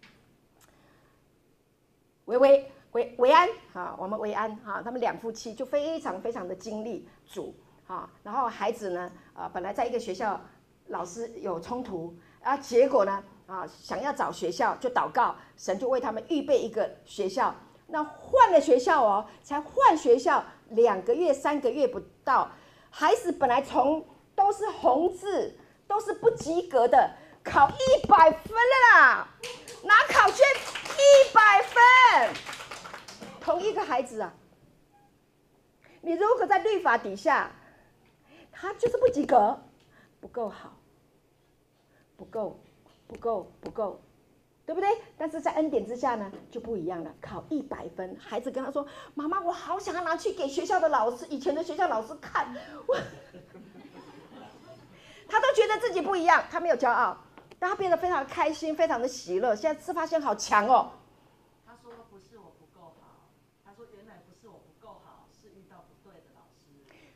微微。维维安啊，我们维安啊，他们两夫妻就非常非常的经历主啊，然后孩子呢，啊，本来在一个学校，老师有冲突，啊，结果呢，啊，想要找学校就祷告，神就为他们预备一个学校。那换了学校哦，才换学校两个月、三个月不到，孩子本来从都是红字，都是不及格的，考一百分了啦，拿考卷一百分。同一个孩子啊，你如果在律法底下，他就是不及格，不够好，不够，不够，不够，对不对？但是在恩典之下呢，就不一样了，考一百分。孩子跟他说：“妈妈，我好想要拿去给学校的老师，以前的学校老师看。”他都觉得自己不一样，他没有骄傲，但他变得非常开心，非常的喜乐。现在自发性好强哦。原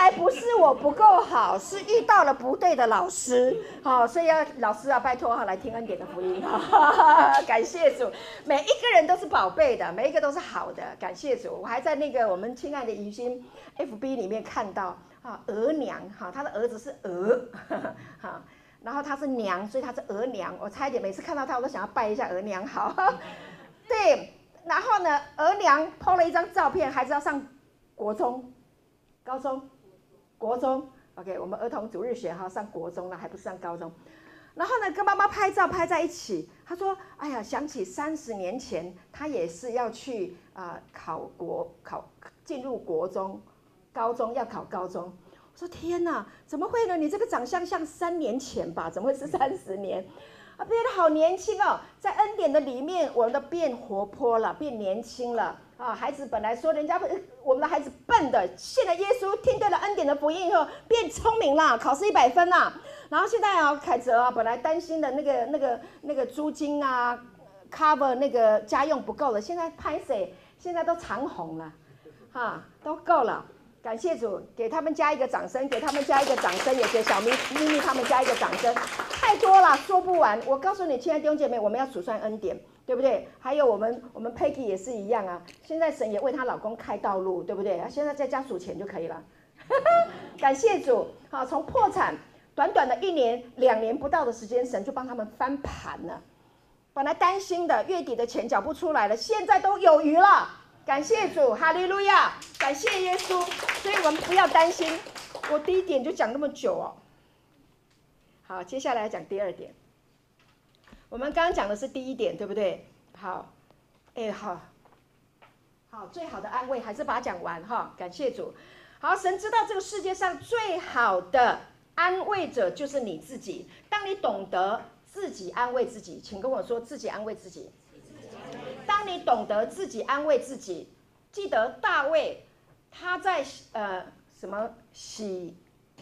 来不是我不够好，是遇到了不对的老师，好、哦，所以要老师啊，拜托哈，来听恩典的福音哈，感谢主，每一个人都是宝贝的，每一个都是好的，感谢主。我还在那个我们亲爱的于心 F B 里面看到啊，额娘哈，他的儿子是娥哈，然后他是娘，所以他是额娘，我差一点每次看到他我都想要拜一下额娘好，对，然后呢，额娘 po 了一张照片，孩子要上国中。高中，国中 ，OK， 我们儿童主日学哈上国中了，还不是上高中。然后呢，跟妈妈拍照拍在一起。他说：“哎呀，想起三十年前，他也是要去啊、呃、考国考进入国中，高中要考高中。”我说：“天哪，怎么会呢？你这个长相像三年前吧？怎么会是三十年？啊，变得好年轻哦！在恩典的里面，我们的变活泼了，变年轻了。”啊，孩子本来说人家我们的孩子笨的，信了耶稣，听对了恩典的福音以后，变聪明了，考试一百分啦。然后现在啊，凯哲啊，本来担心的那个那个那个租金啊 ，cover 那个家用不够了，现在拍谁？现在都长红了，哈、啊，都够了。感谢主，给他们加一个掌声，给他们加一个掌声，也给小咪咪咪他们加一个掌声。太多了，说不完。我告诉你，亲爱的弟兄姐妹，我们要数算恩典。对不对？还有我们我们 Peggy 也是一样啊。现在神也为她老公开道路，对不对？现在在家数钱就可以了。感谢主，好，从破产短短的一年两年不到的时间，神就帮他们翻盘了。本来担心的月底的钱缴不出来了，现在都有余了。感谢主，哈利路亚，感谢耶稣。所以我们不要担心。我第一点就讲那么久哦。好，接下来讲第二点。我们刚刚讲的是第一点，对不对？好，哎，好，好，最好的安慰还是把它讲完哈，感谢主。好，神知道这个世界上最好的安慰者就是你自己。当你懂得自己安慰自己，请跟我说自己安慰自己。当你懂得自己安慰自己，记得大卫他在呃什么喜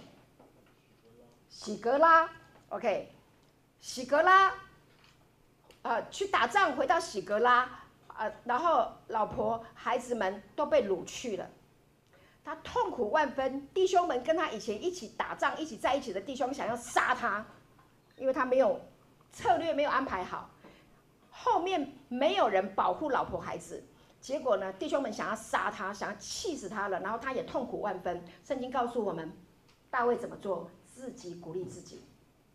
喜格拉 ，OK， 喜格拉。呃，去打仗回到喜格拉，呃，然后老婆孩子们都被掳去了，他痛苦万分。弟兄们跟他以前一起打仗、一起在一起的弟兄想要杀他，因为他没有策略，没有安排好，后面没有人保护老婆孩子，结果呢，弟兄们想要杀他，想要气死他了，然后他也痛苦万分。圣经告诉我们，大卫怎么做？自己鼓励自己。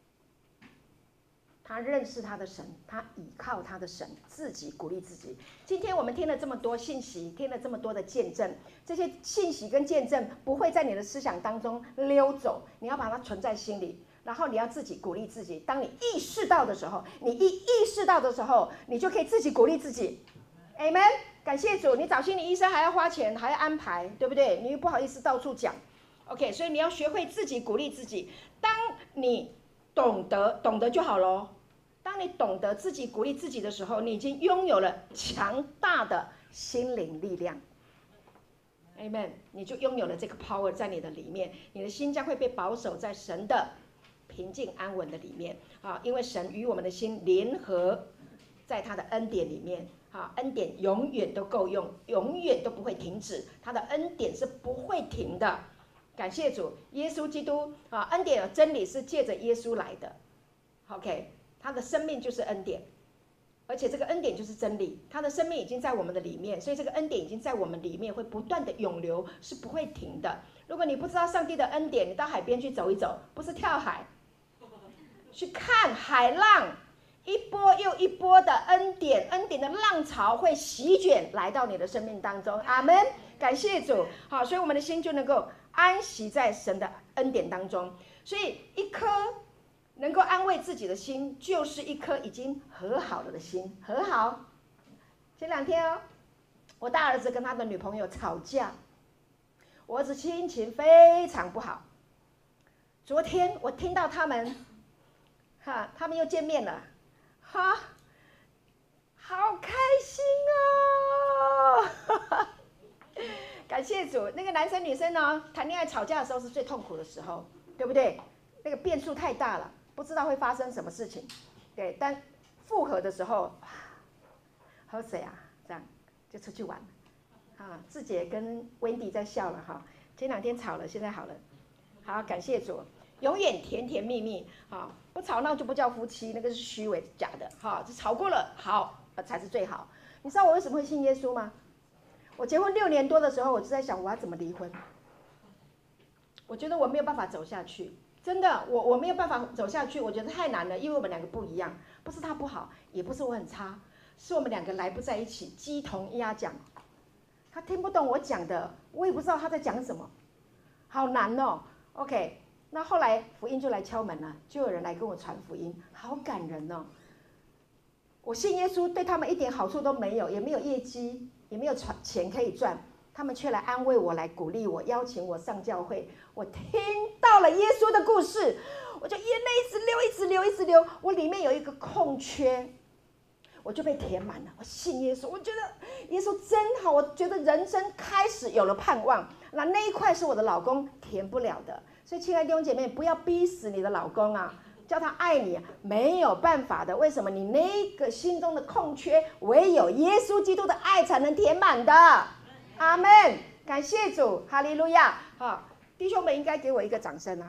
他认识他的神，他倚靠他的神，自己鼓励自己。今天我们听了这么多信息，听了这么多的见证，这些信息跟见证不会在你的思想当中溜走，你要把它存在心里，然后你要自己鼓励自己。当你意识到的时候，你一意识到的时候，你就可以自己鼓励自己。Amen， 感谢主。你找心理医生还要花钱，还要安排，对不对？你又不好意思到处讲。OK， 所以你要学会自己鼓励自己。当你懂得，懂得就好咯。当你懂得自己鼓励自己的时候，你已经拥有了强大的心灵力量。Amen， 你就拥有了这个 power 在你的里面，你的心将会被保守在神的平静安稳的里面啊！因为神与我们的心联合在他的恩典里面啊，恩典永远都够用，永远都不会停止，他的恩典是不会停的。感谢主，耶稣基督啊，恩典真理是借着耶稣来的。OK。他的生命就是恩典，而且这个恩典就是真理。他的生命已经在我们的里面，所以这个恩典已经在我们里面，会不断的涌流，是不会停的。如果你不知道上帝的恩典，你到海边去走一走，不是跳海，去看海浪，一波又一波的恩典，恩典的浪潮会席卷来到你的生命当中。阿们，感谢主。好，所以我们的心就能够安息在神的恩典当中。所以一颗能够安慰自己的心，就是一颗已经和好了的心。和好，前两天哦，我大儿子跟他的女朋友吵架，我儿子心情非常不好。昨天我听到他们，哈，他们又见面了，哈，好开心哦！感谢主，那个男生女生呢，谈恋爱吵架的时候是最痛苦的时候，对不对？那个变数太大了。不知道会发生什么事情，对，但复合的时候，喝水啊，这样就出去玩，啊，志杰跟 Wendy 在笑了哈， 前两天吵了，现在好了。好，感谢主，永远甜甜蜜蜜。好，不吵闹就不叫夫妻，那个是虚伪假的。好，这吵过了，好才是最好。你知道我为什么会信耶稣吗？我结婚六年多的时候，我就在想我要怎么离婚。我觉得我没有办法走下去，真的，我我没有办法走下去，我觉得太难了，因为我们两个不一样，不是他不好，也不是我很差，是我们两个来不在一起，鸡同鸭讲。他听不懂我讲的，我也不知道他在讲什么，好难哦。OK， 那后来福音就来敲门了，就有人来跟我传福音，好感人哦。我信耶稣对他们一点好处都没有，也没有业绩，也没有钱可以赚，他们却来安慰我，来鼓励我，邀请我上教会。我听到了耶稣的故事，我就眼泪一直流，一直流，一直流。我里面有一个空缺，我就被填满了。我信耶稣，我觉得耶稣真好，我觉得人生开始有了盼望。那那一块是我的老公填不了的，所以亲爱的弟兄姐妹，不要逼死你的老公啊，叫他爱你，没有办法的。为什么？你那个心中的空缺，唯有耶稣基督的爱才能填满的。阿们，感谢主，哈利路亚。好，弟兄们应该给我一个掌声啊！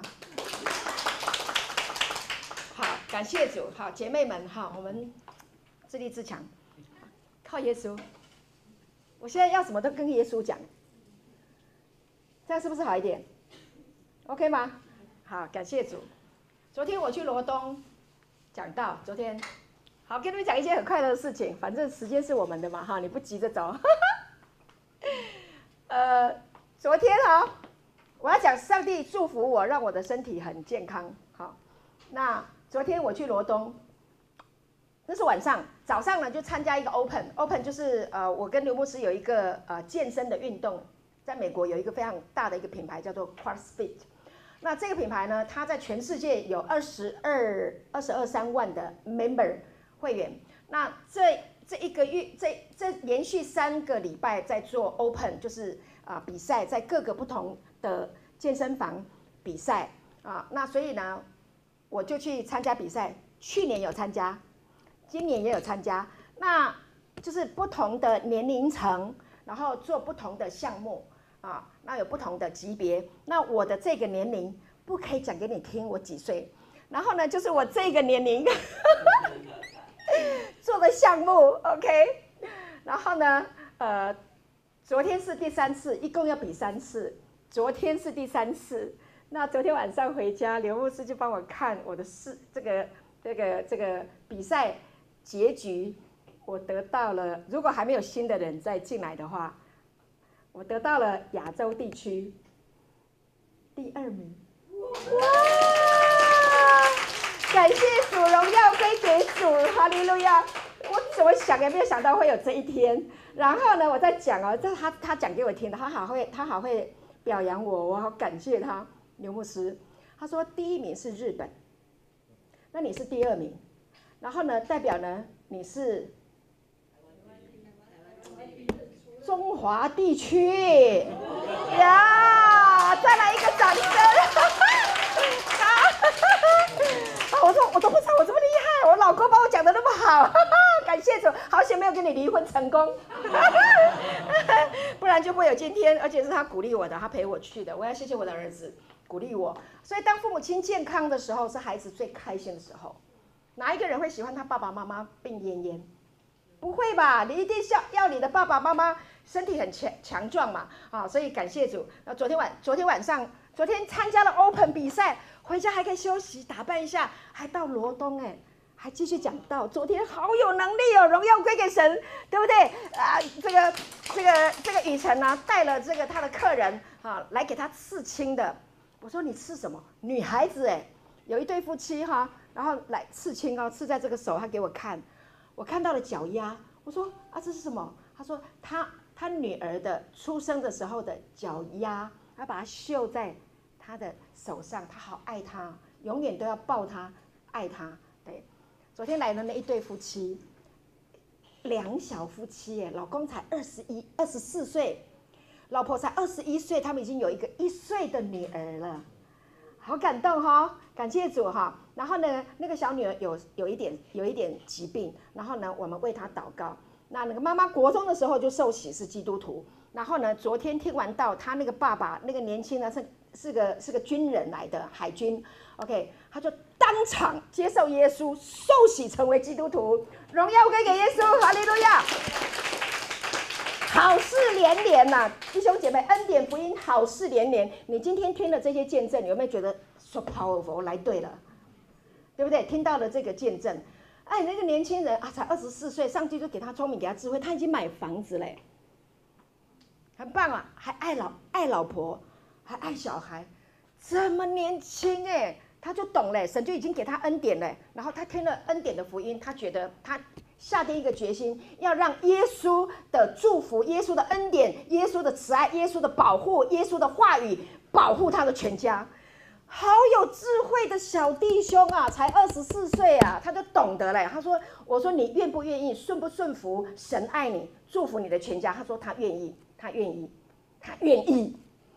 好，感谢主。好，姐妹们，好，我们自立自强，靠耶稣。我现在要什么都跟耶稣讲，这样是不是好一点 ？OK 吗？好，感谢主。昨天我去罗东讲道，昨天好跟你们讲一件很快乐的事情，反正时间是我们的嘛，哈，你不急着走。呃，昨天啊，我要讲上帝祝福我，让我的身体很健康。好，那昨天我去罗东，那是晚上，早上呢就参加一个 Open，Open 就是呃，我跟刘牧师有一个呃健身的运动，在美国有一个非常大的一个品牌叫做 CrossFit。那这个品牌呢，它在全世界有二十二、二十二三万的 member 会员。那这这一个月，这这连续三个礼拜在做 Open， 就是啊、呃、比赛，在各个不同的健身房比赛啊。那所以呢，我就去参加比赛。去年有参加，今年也有参加。那就是不同的年龄层，然后做不同的项目啊。那有不同的级别。那我的这个年龄不可以讲给你听我几岁。然后呢，就是我这个年龄。做的项目 ，OK， 然后呢，呃，昨天是第三次，一共要比三次，昨天是第三次。那昨天晚上回家，刘牧师就帮我看我的事，这个这个这个比赛结局，我得到了。如果还没有新的人再进来的话，我得到了亚洲地区第二名。哇！感谢主，荣耀归给主，哈利路亚！我怎么想也没有想到会有这一天。然后呢，我在讲哦，这他他讲给我听的，他好会，他好会表扬我，我好感谢他，刘牧师。他说第一名是日本，那你是第二名，然后呢，代表呢你是中华地区呀！再来一个掌声！我说我都不知道我这么厉害，我老公把我讲的那么好，感谢主，好险没有跟你离婚成功，不然就不会有今天。而且是他鼓励我的，他陪我去的，我要谢谢我的儿子鼓励我。所以当父母亲健康的时候，是孩子最开心的时候。哪一个人会喜欢他爸爸妈妈病恹恹？不会吧？你一定要要你的爸爸妈妈身体很强强壮嘛，啊，所以感谢主。那昨天晚昨天晚上，昨天参加了 Open 比赛。回家还可以休息打扮一下，还到罗东哎，还继续讲道。昨天好有能力哦，荣耀归给神，对不对啊？这个这个这个雨辰呢，带了这个他的客人啊来给他刺青的。我说你刺什么？女孩子哎，有一对夫妻哈，然后来刺青哦，刺在这个手，他给我看，我看到了脚丫。我说啊这是什么？他说他他女儿的出生的时候的脚丫，他把它绣在他的手上，他好爱他，永远都要抱他，爱他。对，昨天来的那一对夫妻，两小夫妻耶，老公才二十一、二十四岁，老婆才二十一岁，他们已经有一个一岁的女儿了，好感动哈、哦，感谢主哈。然后呢，那个小女儿有有一点有一点疾病，然后呢，我们为她祷告。那那个妈妈国中的时候就受洗是基督徒。 然后呢，昨天听完道，他那个爸爸那个年轻人是是个是个军人来的海军 ，OK， 他就当场接受耶稣，受洗成为基督徒，荣耀归给耶稣，哈利路亚！好事连连呐、啊，弟兄姐妹，恩典福音好事连连。你今天听了这些见证，你有没有觉得 so powerful？ 来对了，对不对？听到了这个见证，哎，那个年轻人啊，才二十四岁，上帝就给他聪明，给他智慧，他已经买房子嘞，很棒啊，还爱老爱老婆，还爱小孩，这么年轻哎，他就懂嘞，神就已经给他恩典嘞。然后他听了恩典的福音，他觉得他下定一个决心，要让耶稣的祝福、耶稣的恩典、耶稣的慈爱、耶稣的保护、耶稣的话语保护他的全家。好有智慧的小弟兄啊，才二十四岁啊，他就懂得了。他说：“我说你愿不愿意，顺不顺服？神爱你，祝福你的全家。”他说他愿意，他愿意，他愿意。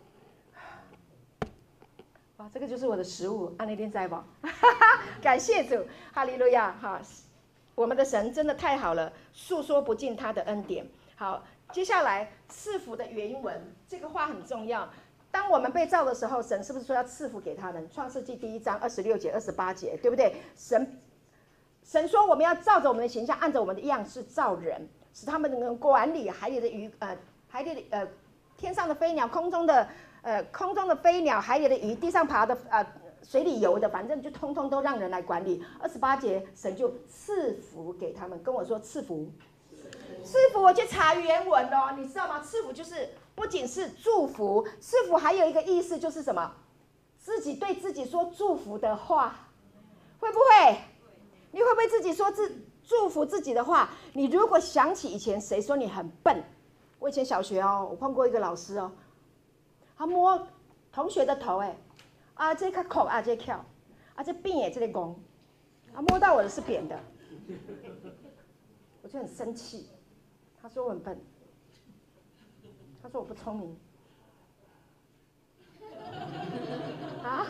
哇，这个就是我的食物，安利天在不？感谢主，哈利路亚！哈。我们的神真的太好了，诉说不尽他的恩典。好，接下来赐福的原文，这个话很重要。当我们被造的时候，神是不是说要赐福给他们？创世纪第一章二十六节、二十八节，对不对？神神说我们要照着我们的形象，按着我们的样式造人，使他们能管理海里的鱼，呃，海里的呃天上的飞鸟，空中的呃空中的飞鸟，海里的鱼，地上爬的呃。水里游的，反正就通通都让人来管理。二十八节，神就赐福给他们，跟我说赐福，赐福。我去查原文哦，你知道吗？赐福就是不仅是祝福，赐福还有一个意思就是什么？自己对自己说祝福的话，会不会？你会不会自己说自祝福自己的话？你如果想起以前谁说你很笨，我以前小学哦，我碰过一个老师哦，他摸同学的头，哎。啊，这个口啊，这翘，啊，这扁的这个弓，啊，摸到我的是扁的，我就很生气。他说我很笨，他说我不聪明，啊！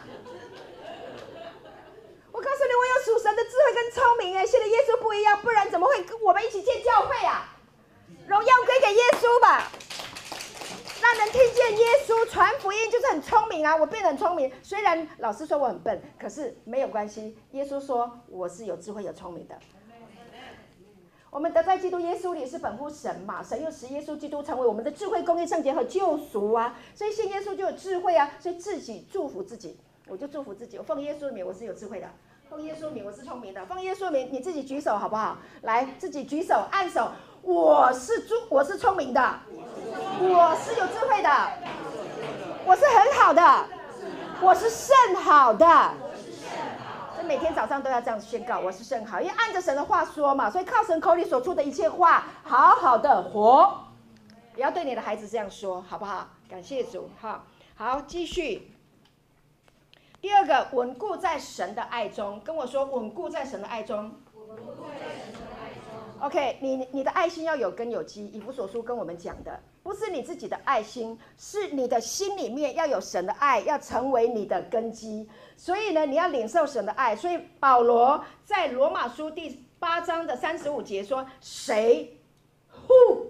我告诉你，我有属神的智慧跟聪明哎，现在耶稣不一样，不然怎么会跟我们一起建教会啊？荣耀归给耶稣吧。让人听见耶稣传福音就是很聪明啊！我变得很聪明，虽然老师说我很笨，可是没有关系。耶稣说我是有智慧有聪明的。我们得在基督耶稣里是本乎神嘛，神又使耶稣基督成为我们的智慧、公义、圣洁和救赎啊！所以信耶稣就有智慧啊！所以自己祝福自己，我就祝福自己。我奉耶稣的名，我是有智慧的；奉耶稣的名，我是聪明的；奉耶稣的名，你自己举手好不好？来，自己举手按手。我是祝，我是聪明的。我是有智慧的，我是很好的，我是甚好的。所以每天早上都要这样宣告，我是甚好，因为按着神的话说嘛，所以靠神口里所出的一切话，好好的活。也要对你的孩子这样说，好不好？感谢主，哈，好，继续。第二个，稳固在神的爱中，跟我说，稳固在神的爱中。OK， 你你的爱心要有根有基，以弗所书跟我们讲的，不是你自己的爱心，是你的心里面要有神的爱，要成为你的根基。所以呢，你要领受神的爱。所以保罗在罗马书第八章的三十五节说：“谁 ？Who？Who？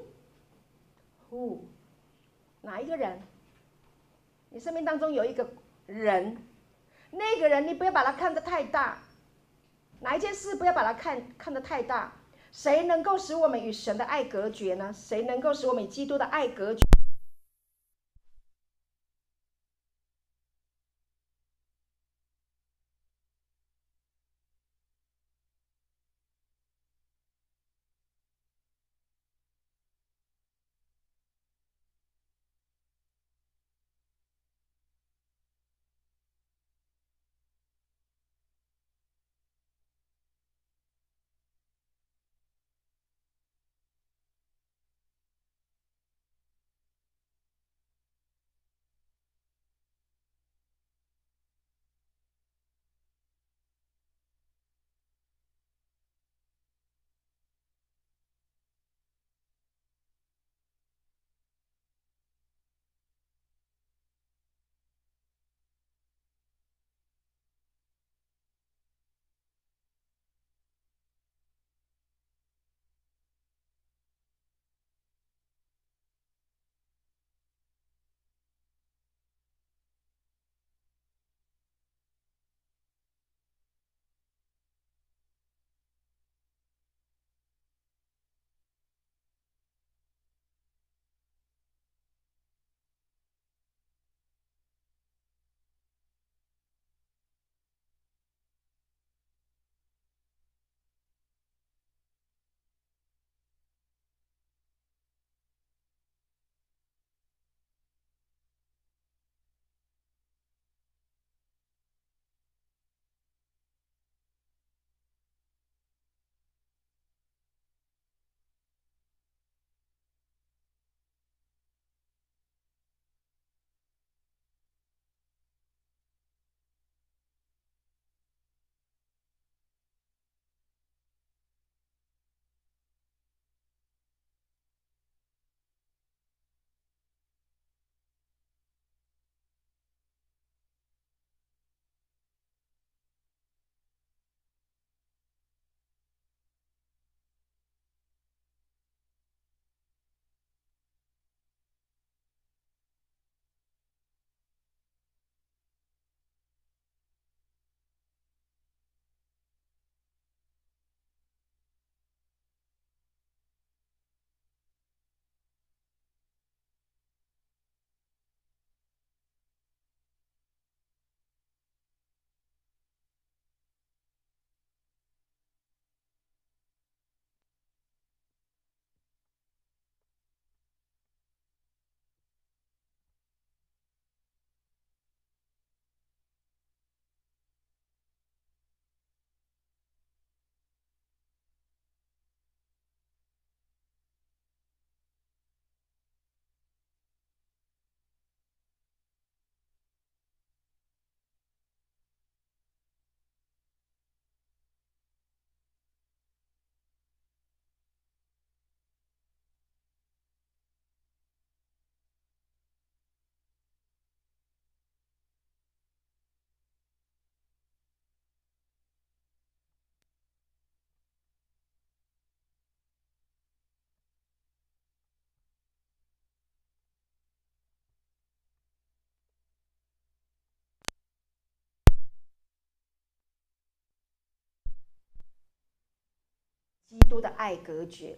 哪一个人？你生命当中有一个人，那个人你不要把他看得太大，哪一件事不要把它看看得太大。”谁能够使我们与神的爱隔绝呢？谁能够使我们与基督的爱隔绝？ 督的爱隔绝。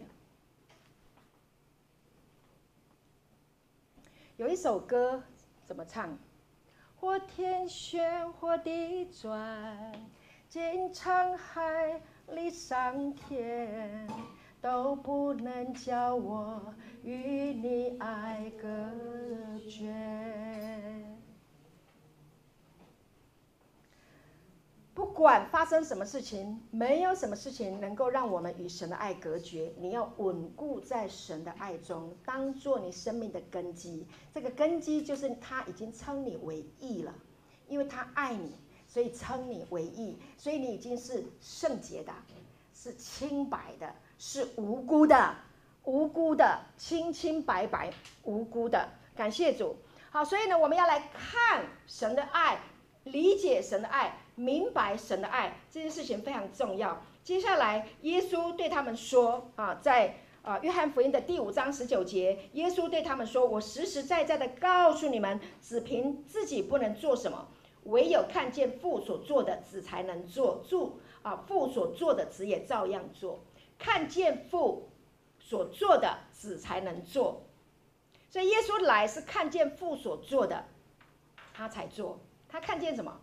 有一首歌怎么唱？或天旋，或地转，经沧海里上天，都不能叫我与你爱隔绝。不管发生什么事情，没有什么事情能够让我们与神的爱隔绝。你要稳固在神的爱中，当作你生命的根基。这个根基就是他已经称你为义了，因为他爱你，所以称你为义，所以你已经是圣洁的，是清白的，是无辜的，无辜的，清清白白，无辜的。感谢主。好，所以呢，我们要来看神的爱，理解神的爱，明白神的爱，这件事情非常重要。接下来，耶稣对他们说啊，在啊约翰福音的第五章十九节，耶稣对他们说：“我实实在在的告诉你们，只凭自己不能做什么，唯有看见父所做的，子才能做。主啊，父所做的，子也照样做。看见父所做的，子才能做。所以耶稣来是看见父所做的，他才做。他看见什么？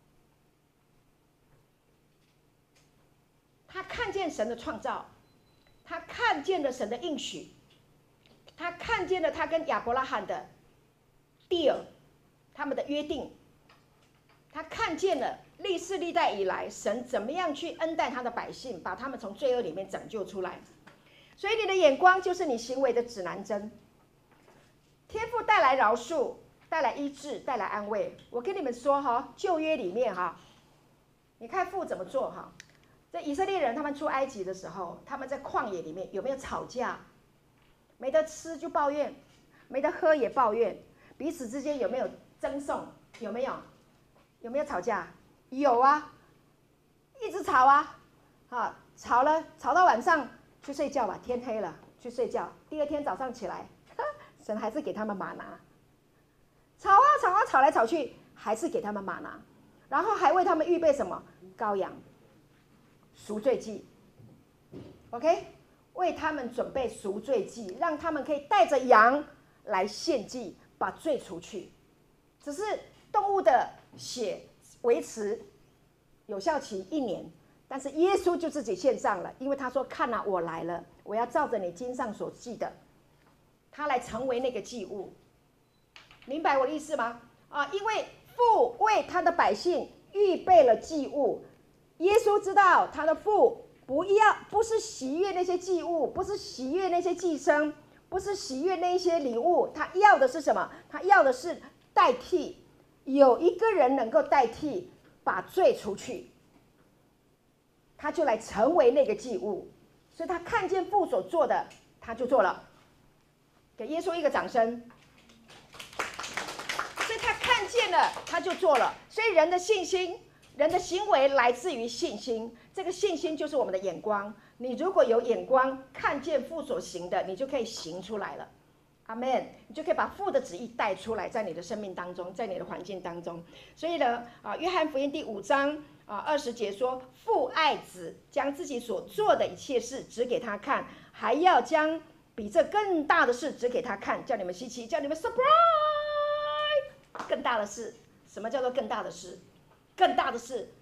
他看见神的创造，他看见了神的应许，他看见了他跟亚伯拉罕的 deal， 他们的约定，他看见了历世历代以来神怎么样去恩待他的百姓，把他们从罪恶里面拯救出来。所以你的眼光就是你行为的指南针。天父带来饶恕，带来医治，带来安慰。我跟你们说哈，旧约里面哈，你看父怎么做哈？在以色列人他们出埃及的时候，他们在旷野里面有没有吵架？没得吃就抱怨，没得喝也抱怨，彼此之间有没有争讼？有没有？有没有吵架？有啊，一直吵啊，啊，吵了，吵到晚上去睡觉吧，天黑了去睡觉，第二天早上起来，神还是给他们玛拿。吵啊吵啊吵来吵去，还是给他们玛拿，然后还为他们预备什么？羔羊。赎罪祭 ，OK， 为他们准备赎罪祭，让他们可以带着羊来献祭，把罪除去。只是动物的血维持有效期一年，但是耶稣就自己献上了，因为他说：“看啊，我来了，我要照着你经上所记的，他来成为那个祭物。”明白我的意思吗？啊，因为父为他的百姓预备了祭物。耶稣知道他的父不要，不是喜悦那些祭物，不是喜悦那些祭牲，不是喜悦那些礼物，他要的是什么？他要的是代替，有一个人能够代替，把罪除去，他就来成为那个祭物。所以他看见父所做的，他就做了。给耶稣一个掌声。所以他看见了，他就做了。所以人的信心。人的行为来自于信心，这个信心就是我们的眼光。你如果有眼光，看见父所行的，你就可以行出来了。阿们，你就可以把父的旨意带出来，在你的生命当中，在你的环境当中。所以呢，啊，约翰福音第五章啊二十节说，父爱子，将自己所做的一切事指给他看，还要将比这更大的事指给他看，叫你们稀奇，叫你们 surprise。更大的事，什么叫做更大的事？更大的是，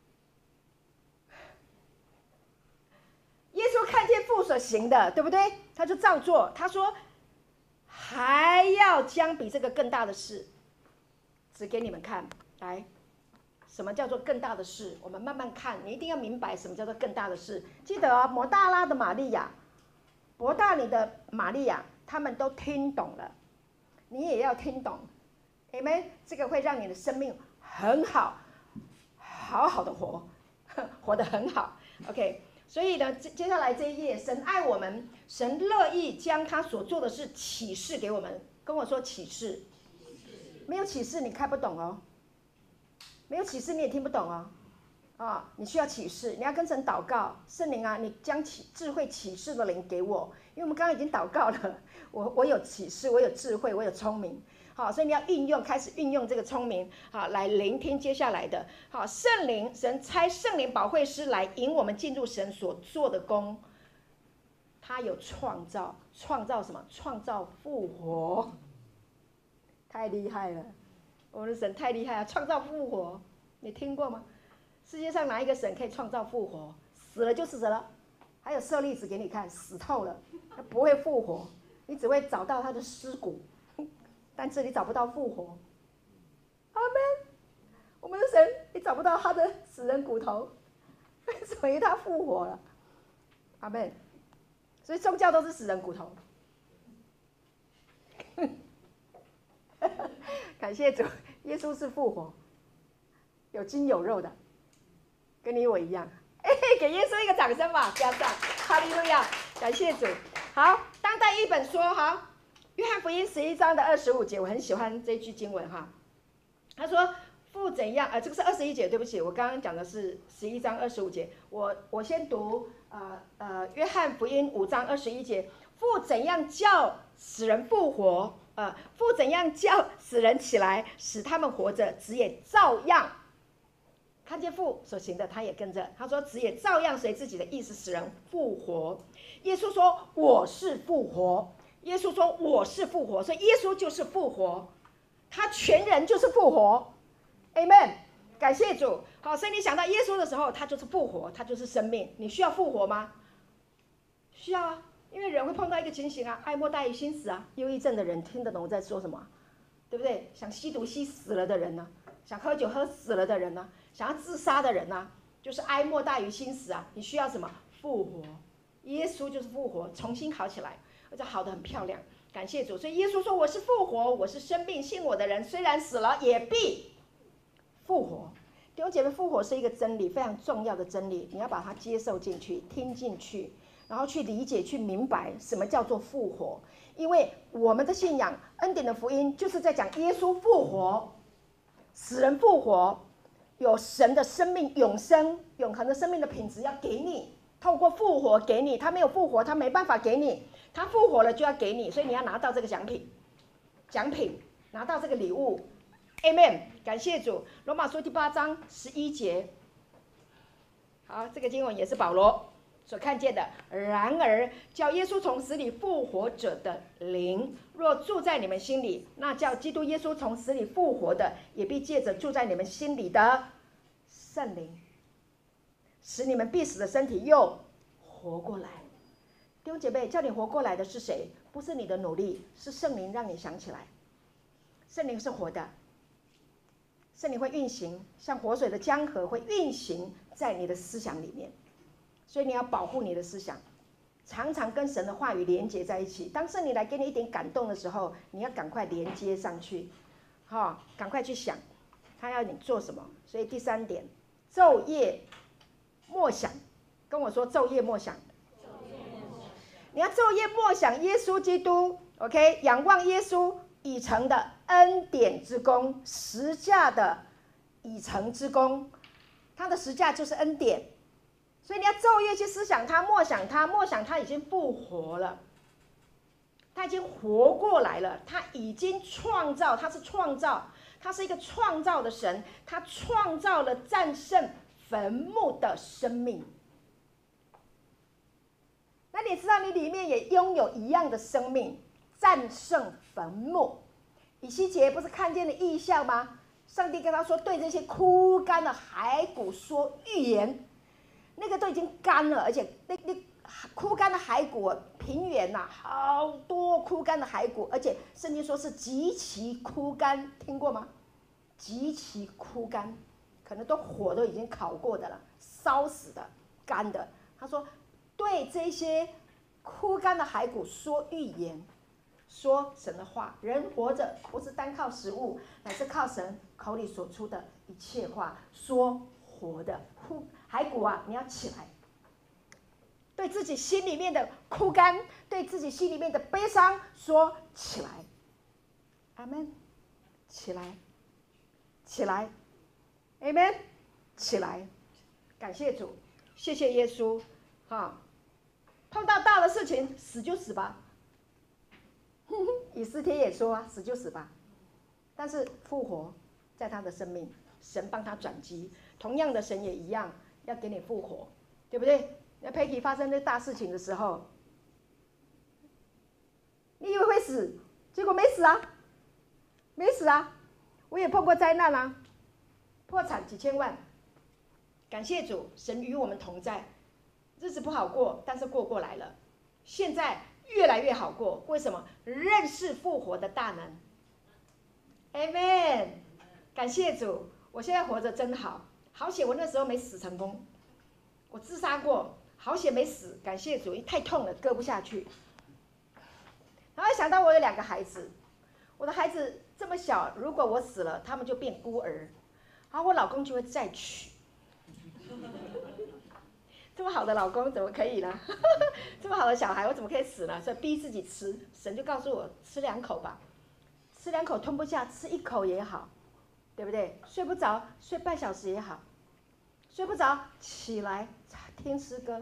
耶稣看见父所行的，对不对？他就照做。他说，还要将比这个更大的事指给你们看。来，什么叫做更大的事？我们慢慢看，你一定要明白什么叫做更大的事。记得哦，摩大拉的玛利亚，伯大尼的玛利亚，他们都听懂了，你也要听懂。Amen， 这个会让你的生命很好。好好的活，活得很好 ，OK。所以呢，接下来这一页，神爱我们，神乐意将他所做的事启示给我们。跟我说启示，没有启示你看不懂哦，没有启示你也听不懂哦。啊，你需要启示，你要跟神祷告，圣灵啊，你将启智慧启示的灵给我，因为我们刚刚已经祷告了，我我有启示，我有智慧，我有聪明。好，所以你要运用，开始运用这个聪明，好，来聆听接下来的。好，圣灵，神差圣灵保惠师来引我们进入神所做的工， 他有创造，创造什么？创造复活，太厉害了！我们的神太厉害了，创造复活，你听过吗？世界上哪一个神可以创造复活？死了就死了，还有舍利子给你看，死透了，他不会复活，你只会找到他的尸骨，但这里找不到复活。阿们，我们的神，你找不到他的死人骨头，为什么？因为他复活了。阿们。所以宗教都是死人骨头。感谢主，耶稣是复活，有筋有肉的，跟你我一样。哎，给耶稣一个掌声吧，加上哈利路亚，感谢主。好，当代译本说好，约翰福音十一章的二十五节，我很喜欢这句经文哈。他说父怎样，呃，这个是二十一节，对不起，我刚刚讲的是十一章二十五节。我我先读呃呃约翰福音五章二十一节，父怎样叫死人复活，呃，父怎样叫死人起来，使他们活着，子也照样看见父所行的，他也跟着。他说子也照样随自己的意思使人复活。耶稣说我是复活，耶稣说我是复活，所以耶稣就是复活，他全人就是复活。Amen， 感谢主。好，所以你想到耶稣的时候，他就是复活，他就是生命。你需要复活吗？需要啊，因为人会碰到一个情形啊，爱莫大于心死啊。忧郁症的人听得懂我在说什么，对不对？想吸毒吸死了的人呢、啊，想喝酒喝死了的人呢、啊，想要自杀的人呢、啊，就是爱莫大于心死啊。你需要什么？复活。耶稣就是复活，重新好起来，而且好得很漂亮。感谢主。所以耶稣说我是复活，我是生命，信我的人虽然死了，也必复活。弟兄姐妹，复活是一个真理，非常重要的真理，你要把它接受进去，听进去，然后去理解，去明白什么叫做复活。因为我们的信仰，恩典的福音，就是在讲耶稣复活，死人复活，有神的生命、永生、永恒的生命的品质要给你，透过复活给你。他没有复活，他没办法给你；他复活了就要给你，所以你要拿到这个奖品，奖品拿到这个礼物。Amen， 感谢主。罗马书第八章十一节，好，这个经文也是保罗所看见的。然而，叫耶稣从死里复活者的灵，若住在你们心里，那叫基督耶稣从死里复活的，也必借着住在你们心里的圣灵，使你们必死的身体又活过来。弟兄姐妹，叫你活过来的是谁？不是你的努力，是圣灵让你想起来。圣灵是活的。圣灵会运行，像活水的江河会运行在你的思想里面，所以你要保护你的思想，常常跟神的话语连接在一起。当圣灵来给你一点感动的时候，你要赶快连接上去，哈、哦，赶快去想他要你做什么。所以第三点，昼夜默想，跟我说昼夜默想，你要昼夜默想耶稣基督 ，OK， 仰望耶稣已成的恩典之功，十架的已成之功，他的十架就是恩典，所以你要昼夜去思想他，默想他，默想他已经复活了，他已经活过来了，他已经创造，他是创造，他是一个创造的神，他创造了战胜坟墓的生命。那你知道你里面也拥有一样的生命，战胜坟墓。以西结不是看见了异象吗？上帝跟他说，对这些枯干的骸骨说预言，那个都已经干了，而且那那枯干的骸骨，平原呐、啊，好多枯干的骸骨，而且圣经说是极其枯干，听过吗？极其枯干，可能都火都已经烤过的了，烧死的，干的。他说，对这些枯干的骸骨说预言。说神的话，人活着不是单靠食物，乃是靠神口里所出的一切话说活的。骸骨啊，你要起来，对自己心里面的枯干，对自己心里面的悲伤说起来。阿们，起来，起来 ，Amen， 起来，感谢主，谢谢耶稣，哈，碰到大的事情，死就死吧。以斯帖也说啊，死就死吧，但是复活在他的生命，神帮他转机。同样的，神也一样要给你复活，对不对？那 Peggy 发生那大事情的时候， 你以为会死，结果没死啊，没死啊。我也碰过灾难啊，破产几千万。感谢主，神与我们同在，日子不好过，但是过过来了。现在越来越好过，为什么？认识复活的大能。Amen， 感谢主，我现在活着真好，好险我那时候没死成功。我自杀过，好险没死，感谢主，太痛了，割不下去。然后想到我有两个孩子，我的孩子这么小，如果我死了，他们就变孤儿，然后我老公就会再娶。这么好的老公怎么可以呢？这么好的小孩我怎么可以死呢？所以逼自己吃，神就告诉我吃两口吧，吃两口吞不下，吃一口也好，对不对？睡不着，睡半小时也好，睡不着起来听诗歌，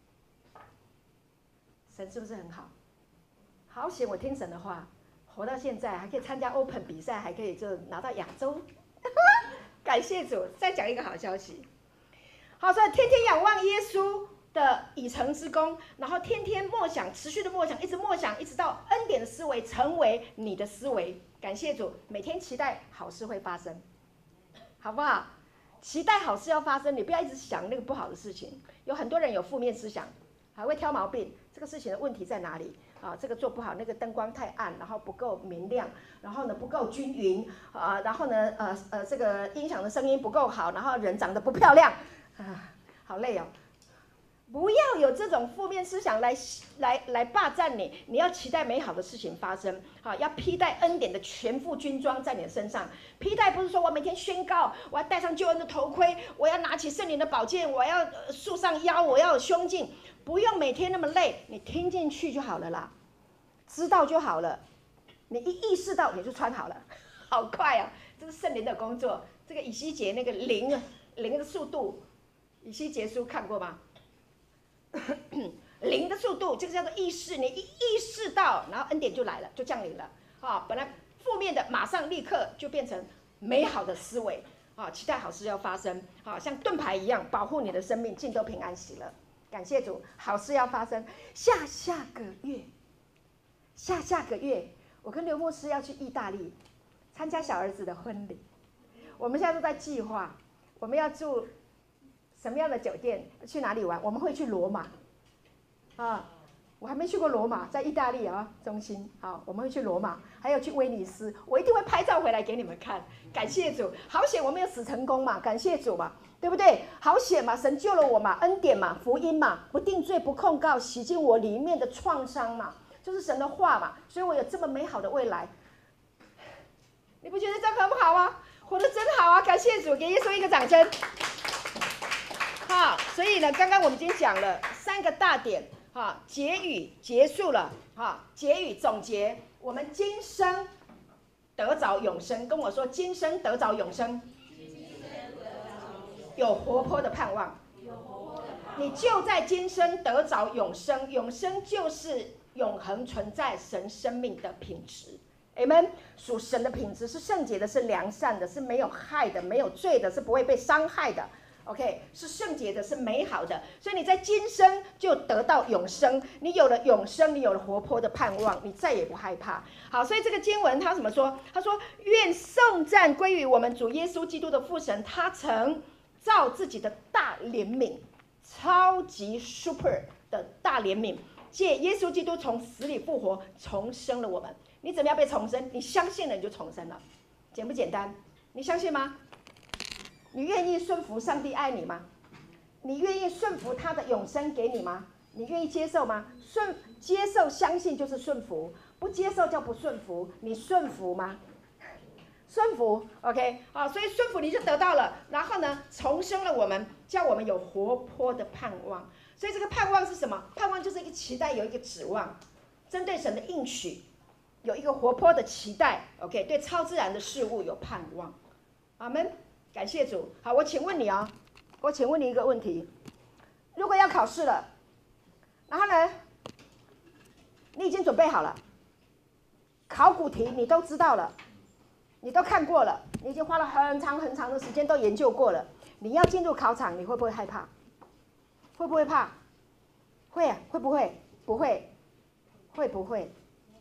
神是不是很好？好险我听神的话，活到现在还可以参加 Open 比赛，还可以就拿到亚洲，感谢主！再讲一个好消息。好，所以天天仰望耶稣的已成之功，然后天天默想，持续的默想，一直默想，一直到恩典的思维成为你的思维。感谢主，每天期待好事会发生，好不好？期待好事要发生，你不要一直想那个不好的事情。有很多人有负面思想，还会挑毛病，这个事情的问题在哪里？啊，这个做不好，那个灯光太暗，然后不够明亮，然后呢不够均匀，啊，然后呢呃呃这个音响的声音不够好，然后人长得不漂亮。啊，好累哦！不要有这种负面思想来来来霸占你，你要期待美好的事情发生，好，要披戴恩典的全副军装在你的身上。披戴不是说我每天宣告，我要戴上救恩的头盔，我要拿起圣灵的宝剑，我要束上腰，我要有胸襟，不用每天那么累，你听进去就好了啦，知道就好了，你一意识到你就穿好了，好快啊！这是圣灵的工作，这个以西结那个灵灵的速度。以西结书看过吗？灵的速度，这个叫做意识。你一意识到，然后恩典就来了，就降临了。啊，本来负面的，马上立刻就变成美好的思维。啊，期待好事要发生。啊，像盾牌一样保护你的生命，尽都平安喜乐。感谢主，好事要发生。下下个月，下下个月，我跟刘牧师要去意大利参加小儿子的婚礼。我们现在都在计划，我们要住什么样的酒店？去哪里玩？我们会去罗马，啊，我还没去过罗马，在意大利啊中心。好，我们会去罗马，还有去威尼斯，我一定会拍照回来给你们看。感谢主，好险我没有死成功嘛，感谢主嘛，对不对？好险嘛，神救了我嘛，恩典嘛，福音嘛，不定罪不控告，洗净我里面的创伤嘛，就是神的话嘛，所以我有这么美好的未来。你不觉得这样很好啊？活得真好啊！感谢主，给耶稣一个掌声。好，所以呢，刚刚我们已经讲了三个大点，哈，结语结束了，哈，结语总结，我们今生得着永生，跟我说，今生得着永生，有活泼的盼望，你就在今生得着永生，永生就是永恒存在神生命的品质。Amen， 属神的品质是圣洁的，是良善的，是没有害的，没有罪的，是不会被伤害的。OK， 是圣洁的，是美好的，所以你在今生就得到永生。你有了永生，你有了活泼的盼望，你再也不害怕。好，所以这个经文他怎么说？他说：“愿颂赞归于我们主耶稣基督的父神，他曾照自己的大怜悯，超级 super 的大怜悯，借耶稣基督从死里复活，重生了我们。”你怎么样被重生？你相信了，你就重生了，简不简单？你相信吗？你愿意顺服上帝爱你吗？你愿意顺服他的永生给你吗？你愿意接受吗？顺接受相信就是顺服，不接受叫不顺服。你顺服吗？顺服 ，OK， 好，所以顺服你就得到了。然后呢，重生了我们，叫我们有活泼的盼望。所以这个盼望是什么？盼望就是一个期待，有一个指望，针对神的应许。有一个活泼的期待 ，OK， 对超自然的事物有盼望，阿们，感谢主。好，我请问你啊、哦，我请问你一个问题：如果要考试了，然后呢，你已经准备好了，考古题你都知道了，你都看过了，你已经花了很长很长的时间都研究过了，你要进入考场，你会不会害怕？会不会怕？会啊，会不会？不会，会不会？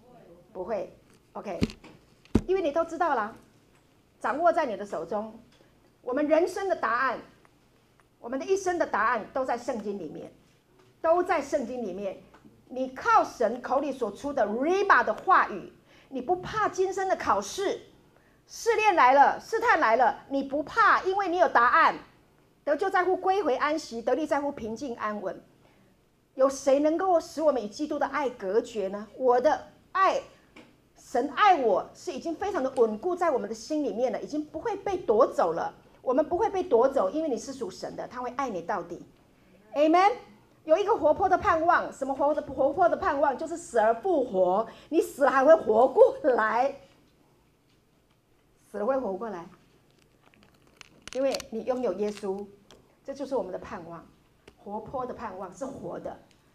不会 ，OK， 因为你都知道了，掌握在你的手中。我们人生的答案，我们的一生的答案都在圣经里面，都在圣经里面。你靠神口里所出的 Rhema 的话语，你不怕今生的考试，试炼来了，试探来了，你不怕，因为你有答案。得救在乎归回安息，得力在乎平静安稳。有谁能够使我们与基督的爱隔绝呢？我的爱，神爱我是已经非常的稳固在我们的心里面了，已经不会被夺走了。我们不会被夺走，因为你是属神的，他会爱你到底。Amen。有一个活泼的盼望，什么活的活泼的盼望？就是死而复活。你死了还会活过来，死了会活过来，因为你拥有耶稣，这就是我们的盼望。活泼的盼望是活的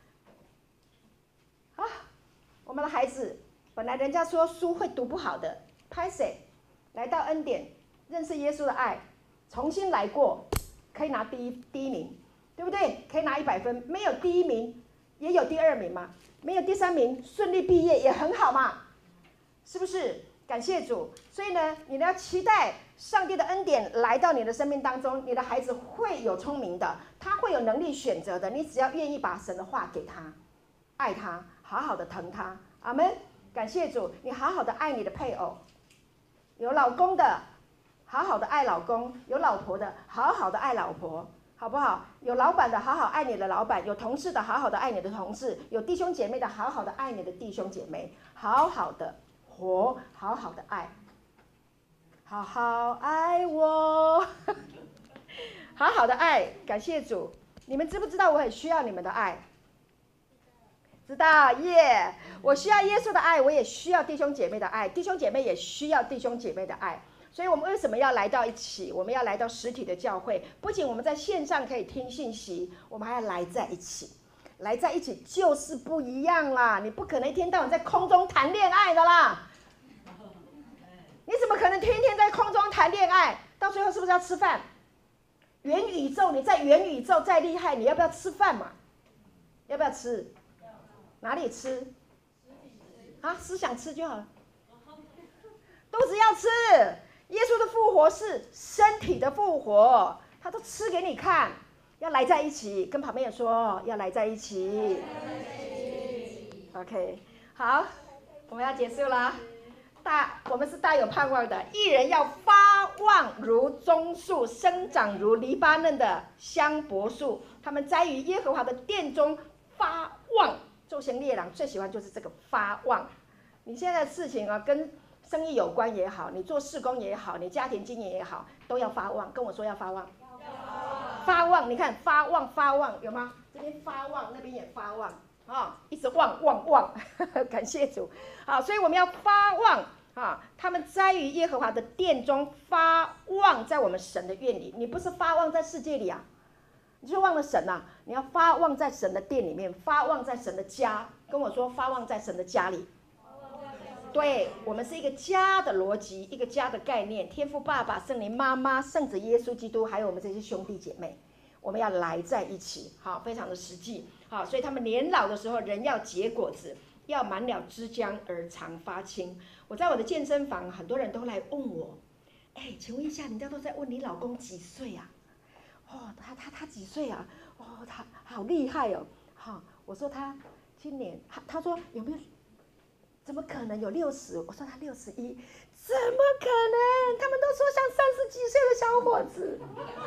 啊！我们的孩子本来人家说书会读不好的，拍谁来到恩典，认识耶稣的爱，重新来过，可以拿第一第一名。对不对？可以拿一百分，没有第一名，也有第二名嘛，没有第三名，顺利毕业也很好嘛，是不是？感谢主。所以呢，你要期待上帝的恩典来到你的生命当中，你的孩子会有聪明的，他会有能力选择的，你只要愿意把神的话给他，爱他，好好的疼他。阿们。感谢主，你好好的爱你的配偶，有老公的，好好的爱老公；有老婆的，好好的爱老婆。好不好？有老板的，好好爱你的老板；有同事的，好好的爱你的同事；有弟兄姐妹的，好好的爱你的弟兄姐妹。好好的活，好好的爱，好好爱我，好好的爱。感谢主，你们知不知道我很需要你们的爱？知道耶！ Yeah， 我需要耶稣的爱，我也需要弟兄姐妹的爱，弟兄姐妹也需要弟兄姐妹的爱。所以我们为什么要来到一起？我们要来到实体的教会，不仅我们在线上可以听信息，我们还要来在一起。来在一起就是不一样啦！你不可能一天到晚在空中谈恋爱的啦！你怎么可能天天在空中谈恋爱？到最后是不是要吃饭？元宇宙，你在元宇宙再厉害，你要不要吃饭嘛？要不要吃？哪里吃？啊，思想吃就好了。肚子要吃。耶稣的复活是身体的复活，他都吃给你看。要来在一起，跟旁边人说要来在一起。OK， 好，我们要结束了。大，我们是大有盼望的。义人要发旺如棕树，生长如黎巴嫩的香柏树。他们栽于耶和华的殿中发旺。周行列郎最喜欢就是这个发旺。你现在的事情啊，跟生意有关也好，你做事工也好，你家庭经营也好，都要发旺。跟我说要发旺，发旺，你看发旺发旺有吗？这边发旺，那边也发旺啊、哦，一直旺旺旺，感谢主。好，所以我们要发旺啊！他们栽于耶和华的殿中发旺，在我们神的院里。你不是发旺在世界里啊，你就忘了神啊！你要发旺在神的殿里面，发旺在神的家。跟我说，发旺在神的家里。对，我们是一个家的逻辑，一个家的概念。天父爸爸、圣灵妈妈、圣子耶稣基督，还有我们这些兄弟姐妹，我们要来在一起，好，非常的实际，好，所以他们年老的时候，人要结果子，要满了枝浆而常发青。我在我的健身房，很多人都来问我，哎，请问一下，人家都在问你老公几岁啊？哦，他他他几岁啊？哦，他好厉害哦，好，我说他今年，他他说有没有？怎么可能有六十？我说他六十一，怎么可能？他们都说像三十几岁的小伙子，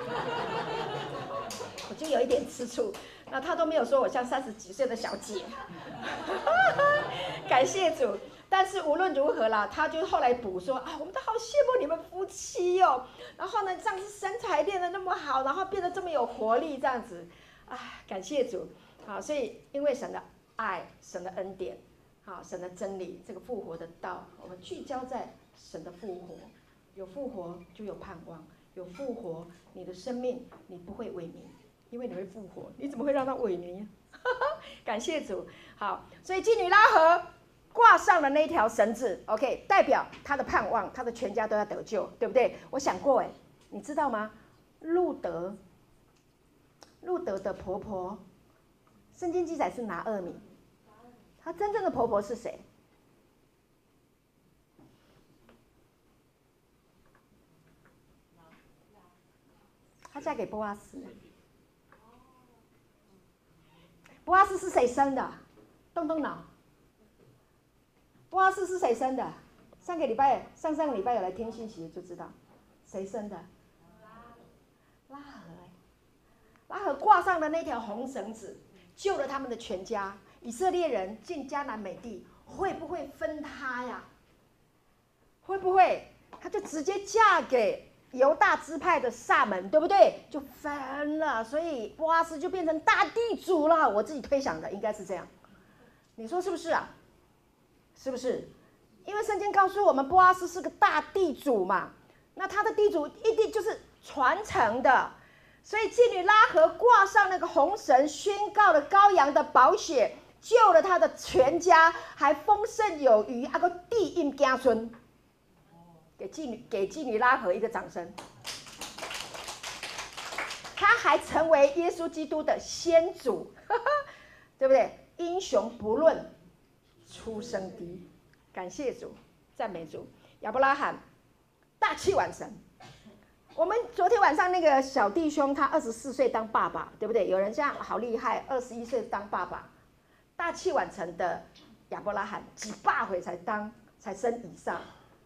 我就有一点吃醋。那他都没有说我像三十几岁的小姐，感谢主。但是无论如何啦，他就后来补说啊，我们都好羡慕你们夫妻哦。然后呢，这样子身材练得那么好，然后变得这么有活力，这样子，啊，感谢主。好，所以因为神的爱，神的恩典。好，神的真理，这个复活的道，我们聚焦在神的复活。有复活就有盼望，有复活，你的生命你不会萎靡，因为你会复活，你怎么会让它萎靡？感谢主。好，所以妓女拉合挂上了那条绳子 ，OK， 代表她的盼望，她的全家都要得救，对不对？我想过，哎，你知道吗？路德，路德的婆婆，圣经记载是拿俄米。她真正的婆婆是谁？ 她嫁给波阿斯。波阿斯是谁生的？动动脑。波阿斯是谁生的？上个礼拜、上上个礼拜有来听信息就知道，谁生的？拉合。拉合挂上的那条红绳子，救了他们的全家。以色列人进迦南美地，会不会分他呀？会不会？他就直接嫁给犹大支派的撒门，对不对？就分了，所以波阿斯就变成大地主了。我自己推想的应该是这样，你说是不是啊？是不是？因为圣经告诉我们，波阿斯是个大地主嘛，那他的地主一定就是传承的。所以妓女拉合挂上那个红绳，宣告了羔羊的宝血，救了他的全家，还丰盛有余，还个地印家孙。给妓女给妓女拉合一个掌声。他还成为耶稣基督的先祖，对不对？英雄不论出生地，感谢主，赞美主。亚伯拉罕大器晚成。我们昨天晚上那个小弟兄，他二十四岁当爸爸，对不对？有人这样好厉害，二十一岁当爸爸，大器晚成的亚伯拉罕几百回才当才生以撒，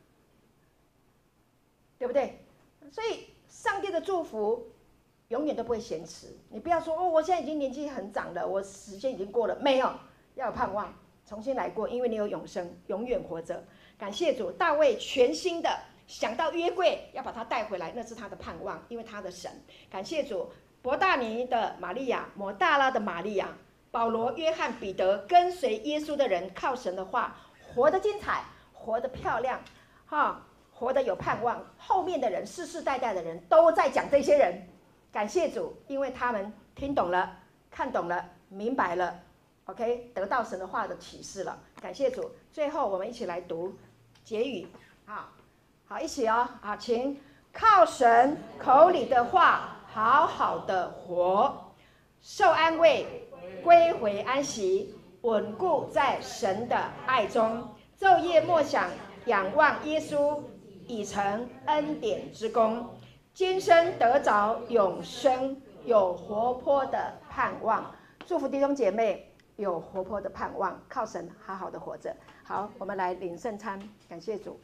对不对？所以上帝的祝福永远都不会延迟。你不要说哦，我现在已经年纪很长了，我时间已经过了，没有，要有盼望，重新来过，因为你有永生，永远活着。感谢主，大卫全新的。想到约柜要把他带回来，那是他的盼望，因为他的神。感谢主，伯大尼的玛利亚、抹大拉的玛利亚、保罗、约翰、彼得，跟随耶稣的人，靠神的话活得精彩，活得漂亮，哈，活得有盼望。后面的人，世世代代的人都在讲这些人。感谢主，因为他们听懂了、看懂了、明白了 ，OK， 得到神的话的启示了。感谢主。最后，我们一起来读结语，好。好，一起哦，好，请靠神口里的话，好好的活，受安慰，归回安息，稳固在神的爱中，昼夜默想，仰望耶稣，已成恩典之功，今生得着永生，有活泼的盼望。祝福弟兄姐妹有活泼的盼望，靠神好好的活着。好，我们来领圣餐，感谢主。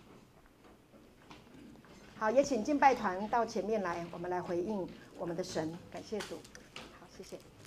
好，也请敬拜团到前面来，我们来回应我们的神，感谢主。好，谢谢。